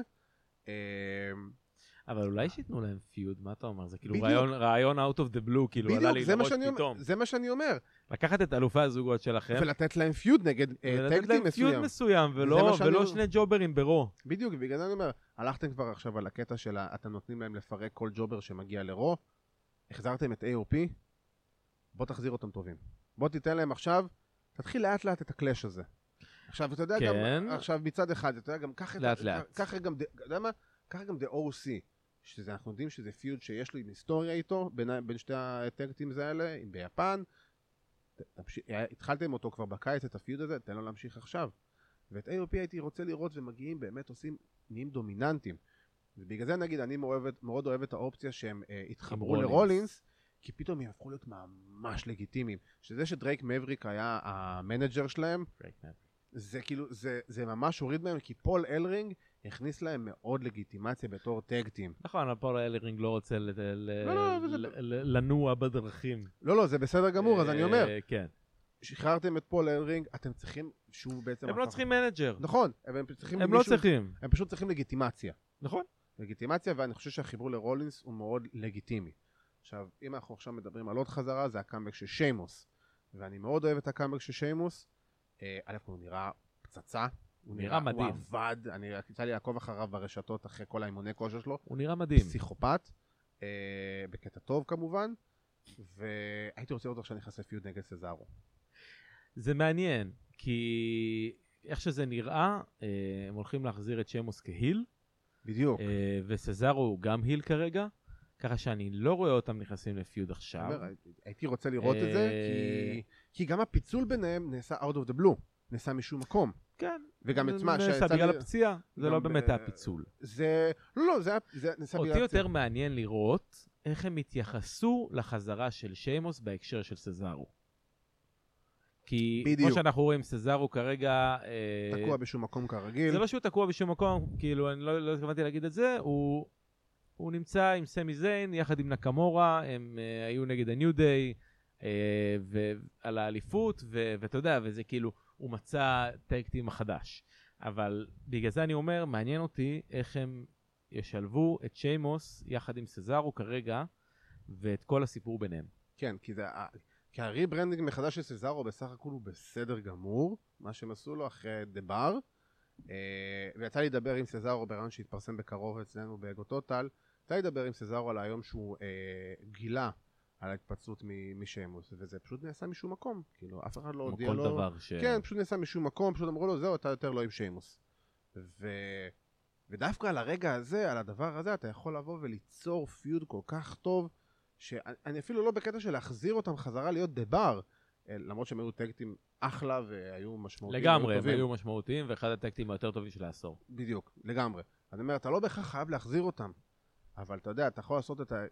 אבל אולי שיתנו להם פיוד, מה אתה אומר? זה כאילו רעיון out of the blue, כאילו עלה לי לראש פתאום. זה מה שאני אומר. לקחת את אלופי הזוגות שלכם. ולתת להם פיוד נגד טקטים מסוים. פיוד מסוים, ולא שני ג'וברים ברו. בדיוק, בגלל זה אני אומר, הלכתם כבר עכשיו על הקטע של אתם נותנים להם לפרק כל ג'ובר שמגיע לרו, החזרתם את AOP, בוא תחזיר אותם טובים. בוא תיתן להם עכשיו, תתחיל לאט לאט את הקלאש הזה. עכשיו, אתה יודע גם, עכשיו מצד אחד, אתה יודע גם, ככה גם The OC, אנחנו יודעים שזה פיוד שיש לו עם היסטוריה איתו, בין שתי הטקטים האלה, ביפן, התחלתם אותו כבר בקיץ את הפיוד הזה, תן לו להמשיך עכשיו. ואת AOP הייתי רוצה לראות ומגיעים, באמת נהיים דומיננטים. ובגלל זה נגיד, אני מאוד אוהב את האופציה שהם התחברו לרולינס, כי פתאום הם הפכו להיות ממש לגיטימיים. שזה שדרייק מבריק היה המנג'ר שלהם, זה כאילו, זה ממש הוריד מהם, כי פול אלרינג הכניס להם מאוד לגיטימציה בתור טאג-טים. נכון, פול אלרינג לא רוצה לנוע בדרכים. לא, זה בסדר גמור, אז אני אומר. כן. שחררתם את פול אלרינג, אתם צריכים שהוא בעצם... הם לא צריכים מנג'ר. נכון, הם לא צריכים. הם פשוט צריכים לגיטימציה. נכון. לגיטימציה, ואני חושב שהחיבור לרולינס הוא מאוד לגיטימי. עכשיו, אם אנחנו עכשיו מדברים על עוד חזרה, זה הקאמבק של שיימוס. ואני מאוד אוהב את הקאמבק של שיימוס. א', הוא נראה פצצה. הוא נראה מדהים. הוא עבד, אני יצא לי לעקוב אחריו ברשתות אחרי כל האימוני כושר שלו. הוא נראה מדהים. פסיכופת, בקטע טוב כמובן, והייתי רוצה לראות שאני נכנס לפיוד נגד סזארו. זה מעניין, כי איך שזה נראה, הם הולכים להחזיר את שיימוס כהיל. בדיוק. וסזארו הוא גם היל כרגע, ככה שאני לא רואה אותם נכנסים לפיוד עכשיו. הייתי רוצה לראות את זה, כי גם הפיצול ביניהם נעשה out of the blue, נעשה משום מקום. כן, וגם את מה נעשה בגלל הפציעה, זה לא באמת הפיצול. זה נעשה בגלל הפציעה. אותי יותר מעניין לראות איך הם התייחסו לחזרה של שיימוס בהקשר של סזארו. כי כמו שאנחנו רואים, סזארו כרגע... תקוע בשום מקום כרגיל. זה לא שהוא תקוע בשום מקום, כאילו אני לא התכוונתי להגיד את זה, הוא נמצא עם סמי זיין, יחד עם נקמורה, הם היו נגד הניו דיי, ועל האליפות, ואתה יודע, וזה כאילו... הוא מצא טקטים החדש. אבל בגלל זה אני אומר, מעניין אותי איך הם ישלבו את שיימוס יחד עם סזארו כרגע, ואת כל הסיפור ביניהם. כן, כי הריברנדינג מחדש של סזארו בסך הכל הוא בסדר גמור, מה שהם עשו לו אחרי דבר, ויצא לי לדבר עם סזארו ברעיון שהתפרסם בקרוב אצלנו באגו טוטל, יצא לי לדבר עם סזארו על היום שהוא גילה, על ההתפצלות משיימוס, וזה פשוט נעשה משום מקום, כאילו, אף אחד לא הודיע לו... כל דבר כן, פשוט נעשה משום מקום, פשוט אמרו לו, זהו, אתה יותר לא עם שיימוס. ודווקא על הרגע הזה, על הדבר הזה, אתה יכול לבוא וליצור פיוד כל כך טוב, שאני אפילו לא בקטע של להחזיר אותם חזרה להיות דבר, למרות שהם היו טקטים אחלה והיו משמעותיים. לגמרי, הם היו משמעותיים, ואחד הטקטים היותר טובים של העשור. בדיוק, לגמרי. אני אומר, אתה לא בהכרח חייב להחזיר אותם, אבל אתה יודע, אתה יכול לעשות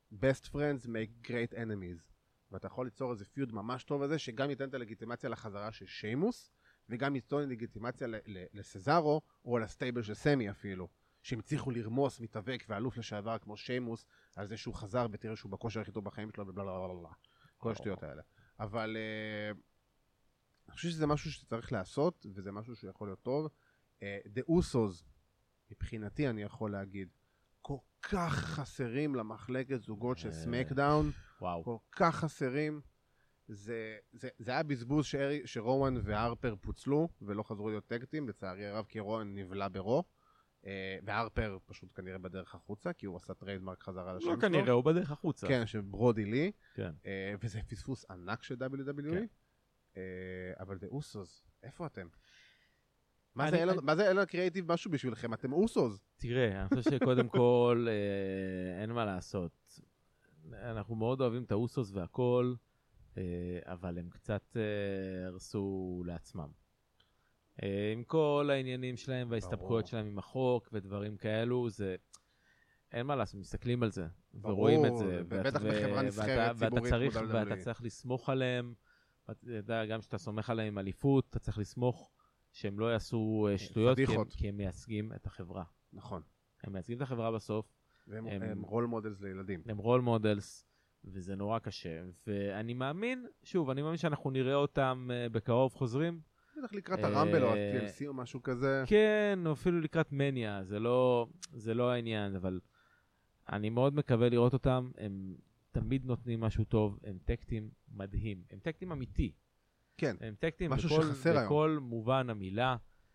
best friends make great enemies. ואתה יכול ליצור איזה פיוד ממש טוב הזה, שגם ייתן את הלגיטימציה לחזרה של שיימוס, וגם ייתן לגיטימציה לסזארו, או לסטייבל של סמי אפילו, שהם הצליחו לרמוס מתאבק ואלוף לשעבר כמו שיימוס, על זה שהוא חזר ותראה שהוא בכושר הכי טוב בחיים שלו, ובלללללה. כל השטויות האלה. אבל אני חושב שזה משהו שצריך לעשות, וזה משהו שיכול להיות טוב. The Usos, מבחינתי אני יכול להגיד, כל כך חסרים למחלקת זוגות של סמקדאון, כל כך חסרים. זה היה בזבוז שרואן והרפר פוצלו, ולא חזרו להיות טקטים, לצערי הרב, כי רואן נבלה ברו, והרפר פשוט כנראה בדרך החוצה, כי הוא עשה טריידמרק חזרה לשם שלו. לא כנראה, הוא בדרך החוצה. כן, שברודי לי, כן. וזה פספוס ענק של WWE, אבל The Usos, איפה אתם? מה זה אלא קריאיטיב משהו בשבילכם? אתם אוסוס. תראה, אני חושב שקודם כל אין מה לעשות. אנחנו מאוד אוהבים את האוסוס והכל, אבל הם קצת הרסו לעצמם. עם כל העניינים שלהם וההסתבכויות שלהם עם החוק ודברים כאלו, זה... אין מה לעשות, מסתכלים על זה, ורואים את זה. בטח בחברה נסחרת ציבורית. ואתה צריך לסמוך עליהם, גם כשאתה סומך עליהם אליפות, אתה צריך לסמוך שהם לא יעשו שטויות, כי הם מייצגים את החברה. נכון. הם מייצגים את החברה בסוף. והם רול מודלס לילדים. הם רול מודלס, וזה נורא קשה. ואני מאמין, שוב, אני מאמין שאנחנו נראה אותם בקרוב חוזרים. בטח לקראת הרמבל או TLC או משהו כזה. כן, או אפילו לקראת מניה, זה לא העניין, אבל אני מאוד מקווה לראות אותם. הם תמיד נותנים משהו טוב, הם טקטים מדהים. הם טקטים אמיתי. כן, הם טקטים משהו שחסר היום. בכל מובן המילה,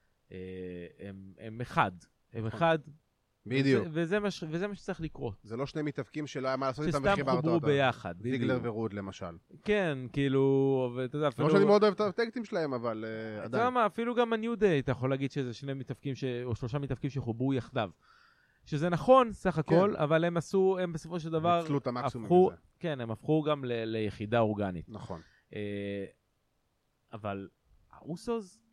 הם אחד. הם אחד. בדיוק. וזה מה שצריך לקרות. זה לא שני מתאבקים שלא היה מה לעשות איתם שסתם חוברו ביחד. זיגלר ורוד למשל. כן, כאילו, ואתה יודע, לא שאני מאוד אוהב את הטקטים שלהם, אבל עדיין. אתה יודע מה, אפילו גם הניו דיי, אתה יכול להגיד שזה שני מתאבקים, או שלושה מתאבקים שחוברו יחדיו. שזה נכון, סך הכל, אבל הם עשו, הם בסופו של דבר, ניצלו את המקסימום מזה. כן, הם הפכו גם ליחידה אורגנית. נכון. אבל האוסוס,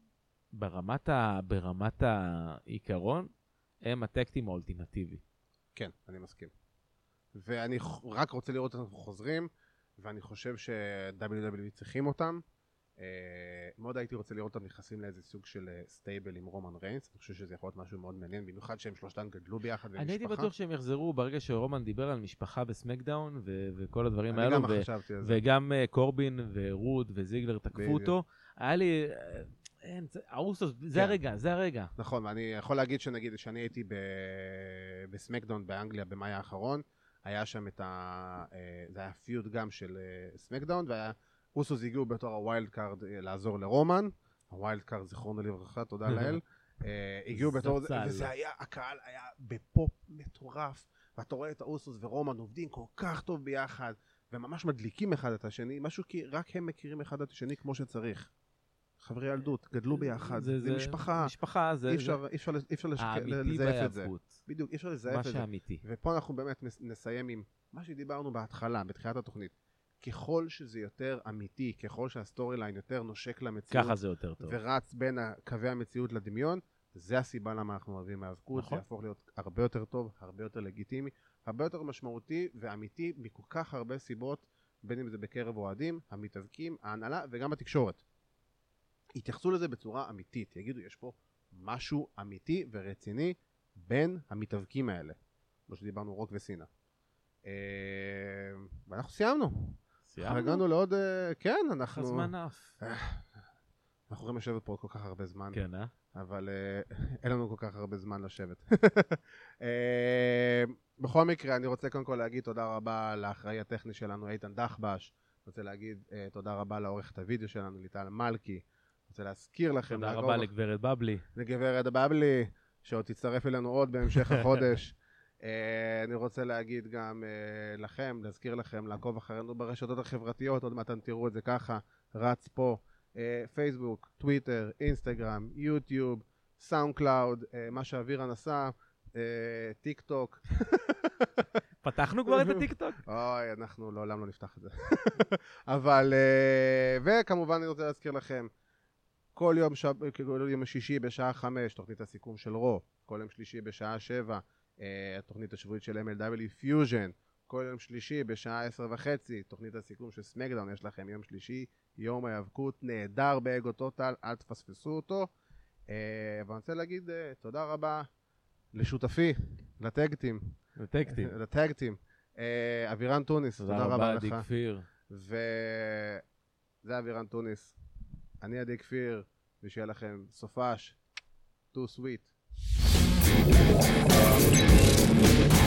ברמת העיקרון, הם הטקטים האולטימטיבי. כן, אני מסכים. ואני רק רוצה לראות את אנחנו חוזרים, ואני חושב ש-WWE צריכים אותם. מאוד הייתי רוצה לראות אותם נכנסים לאיזה סוג של סטייבל עם רומן ריינס. אני חושב שזה יכול להיות משהו מאוד מעניין, במיוחד שהם שלושתן גדלו ביחד ומשפחה. אני הייתי בטוח שהם יחזרו ברגע שרומן דיבר על משפחה בסמקדאון וכל הדברים האלו. אני גם חשבתי על זה. וגם קורבין ורוד וזיגלר תקפו אותו. היה לי... האוסוס, זה הרגע. נכון, ואני יכול להגיד שנגיד שאני הייתי בסמקדאון באנגליה במאי האחרון, היה שם זה היה פיוד גם של סמקדאון, והאוסוס הגיעו בתור הווילד קארד לעזור לרומן, הווילד קארד זיכרונו לברכה, תודה לאל, הגיעו בתור זה, וזה היה, הקהל היה בפופ מטורף, ואתה רואה את האוסוס ורומן עובדים כל כך טוב ביחד, וממש מדליקים אחד את השני, משהו כי רק הם מכירים אחד את השני כמו שצריך. חברי ילדות, גדלו ביחד, זה משפחה. משפחה, זה... אי אפשר לזייף את זה. בדיוק, אי אפשר לזייף את זה. מה שאמיתי. ופה אנחנו באמת נסיים עם מה שדיברנו בהתחלה, בתחילת התוכנית. ככל שזה יותר אמיתי, ככל שהסטורי ליין יותר נושק למציאות, ככה זה יותר טוב. ורץ בין קווי המציאות לדמיון, זה הסיבה למה אנחנו אוהבים מהאבקות, זה יהפוך להיות הרבה יותר טוב, הרבה יותר לגיטימי, הרבה יותר משמעותי ואמיתי מכל כך הרבה סיבות, בין אם זה בקרב אוהדים, המתאבקים, ההנהלה וגם התקשורת. יתייחסו לזה בצורה אמיתית, יגידו, יש פה משהו אמיתי ורציני בין המתאבקים האלה. כמו שדיברנו, רוק וסינה. ואנחנו סיימנו. הגענו לעוד, כן, אנחנו... הזמן אף. אנחנו יכולים לשבת פה כל כך הרבה זמן. כן, אבל אין לנו כל כך הרבה זמן לשבת. בכל מקרה, אני רוצה קודם כל להגיד תודה רבה לאחראי הטכני שלנו, איתן דחבש. אני רוצה להגיד תודה רבה לעורכת הוידאו שלנו, ליטל מלכי. אני רוצה להזכיר לכם... תודה רבה לגברת בבלי. לגברת בבלי, שעוד תצטרף אלינו עוד בהמשך החודש. אני רוצה להגיד גם לכם, להזכיר לכם, לעקוב אחרינו ברשתות החברתיות, עוד מעט תראו את זה ככה, רץ פה. פייסבוק, טוויטר, אינסטגרם, יוטיוב, סאונד קלאוד, מה שאווירן עשה, טיק טוק. פתחנו כבר את הטיק טוק? אוי, אנחנו לעולם לא נפתח את זה. אבל, וכמובן אני רוצה להזכיר לכם, כל יום שישי בשעה 5, תוכנית הסיכום של רו, כל יום שלישי בשעה 7, התוכנית השבועית של MLW Fusion, כל יום שלישי בשעה 10:30, תוכנית הסיכום של סמקדאון, יש לכם יום שלישי, יום ההיאבקות נהדר באגו טוטל, אל תפספסו אותו. ואני רוצה להגיד תודה רבה לשותפי, לטאגטים. לטאגטים. אבירן טוניס, תודה רבה לך. עדי כפיר. וזה אבירן טוניס. אני עדי כפיר, ושיהיה לכם סופש. too sweet.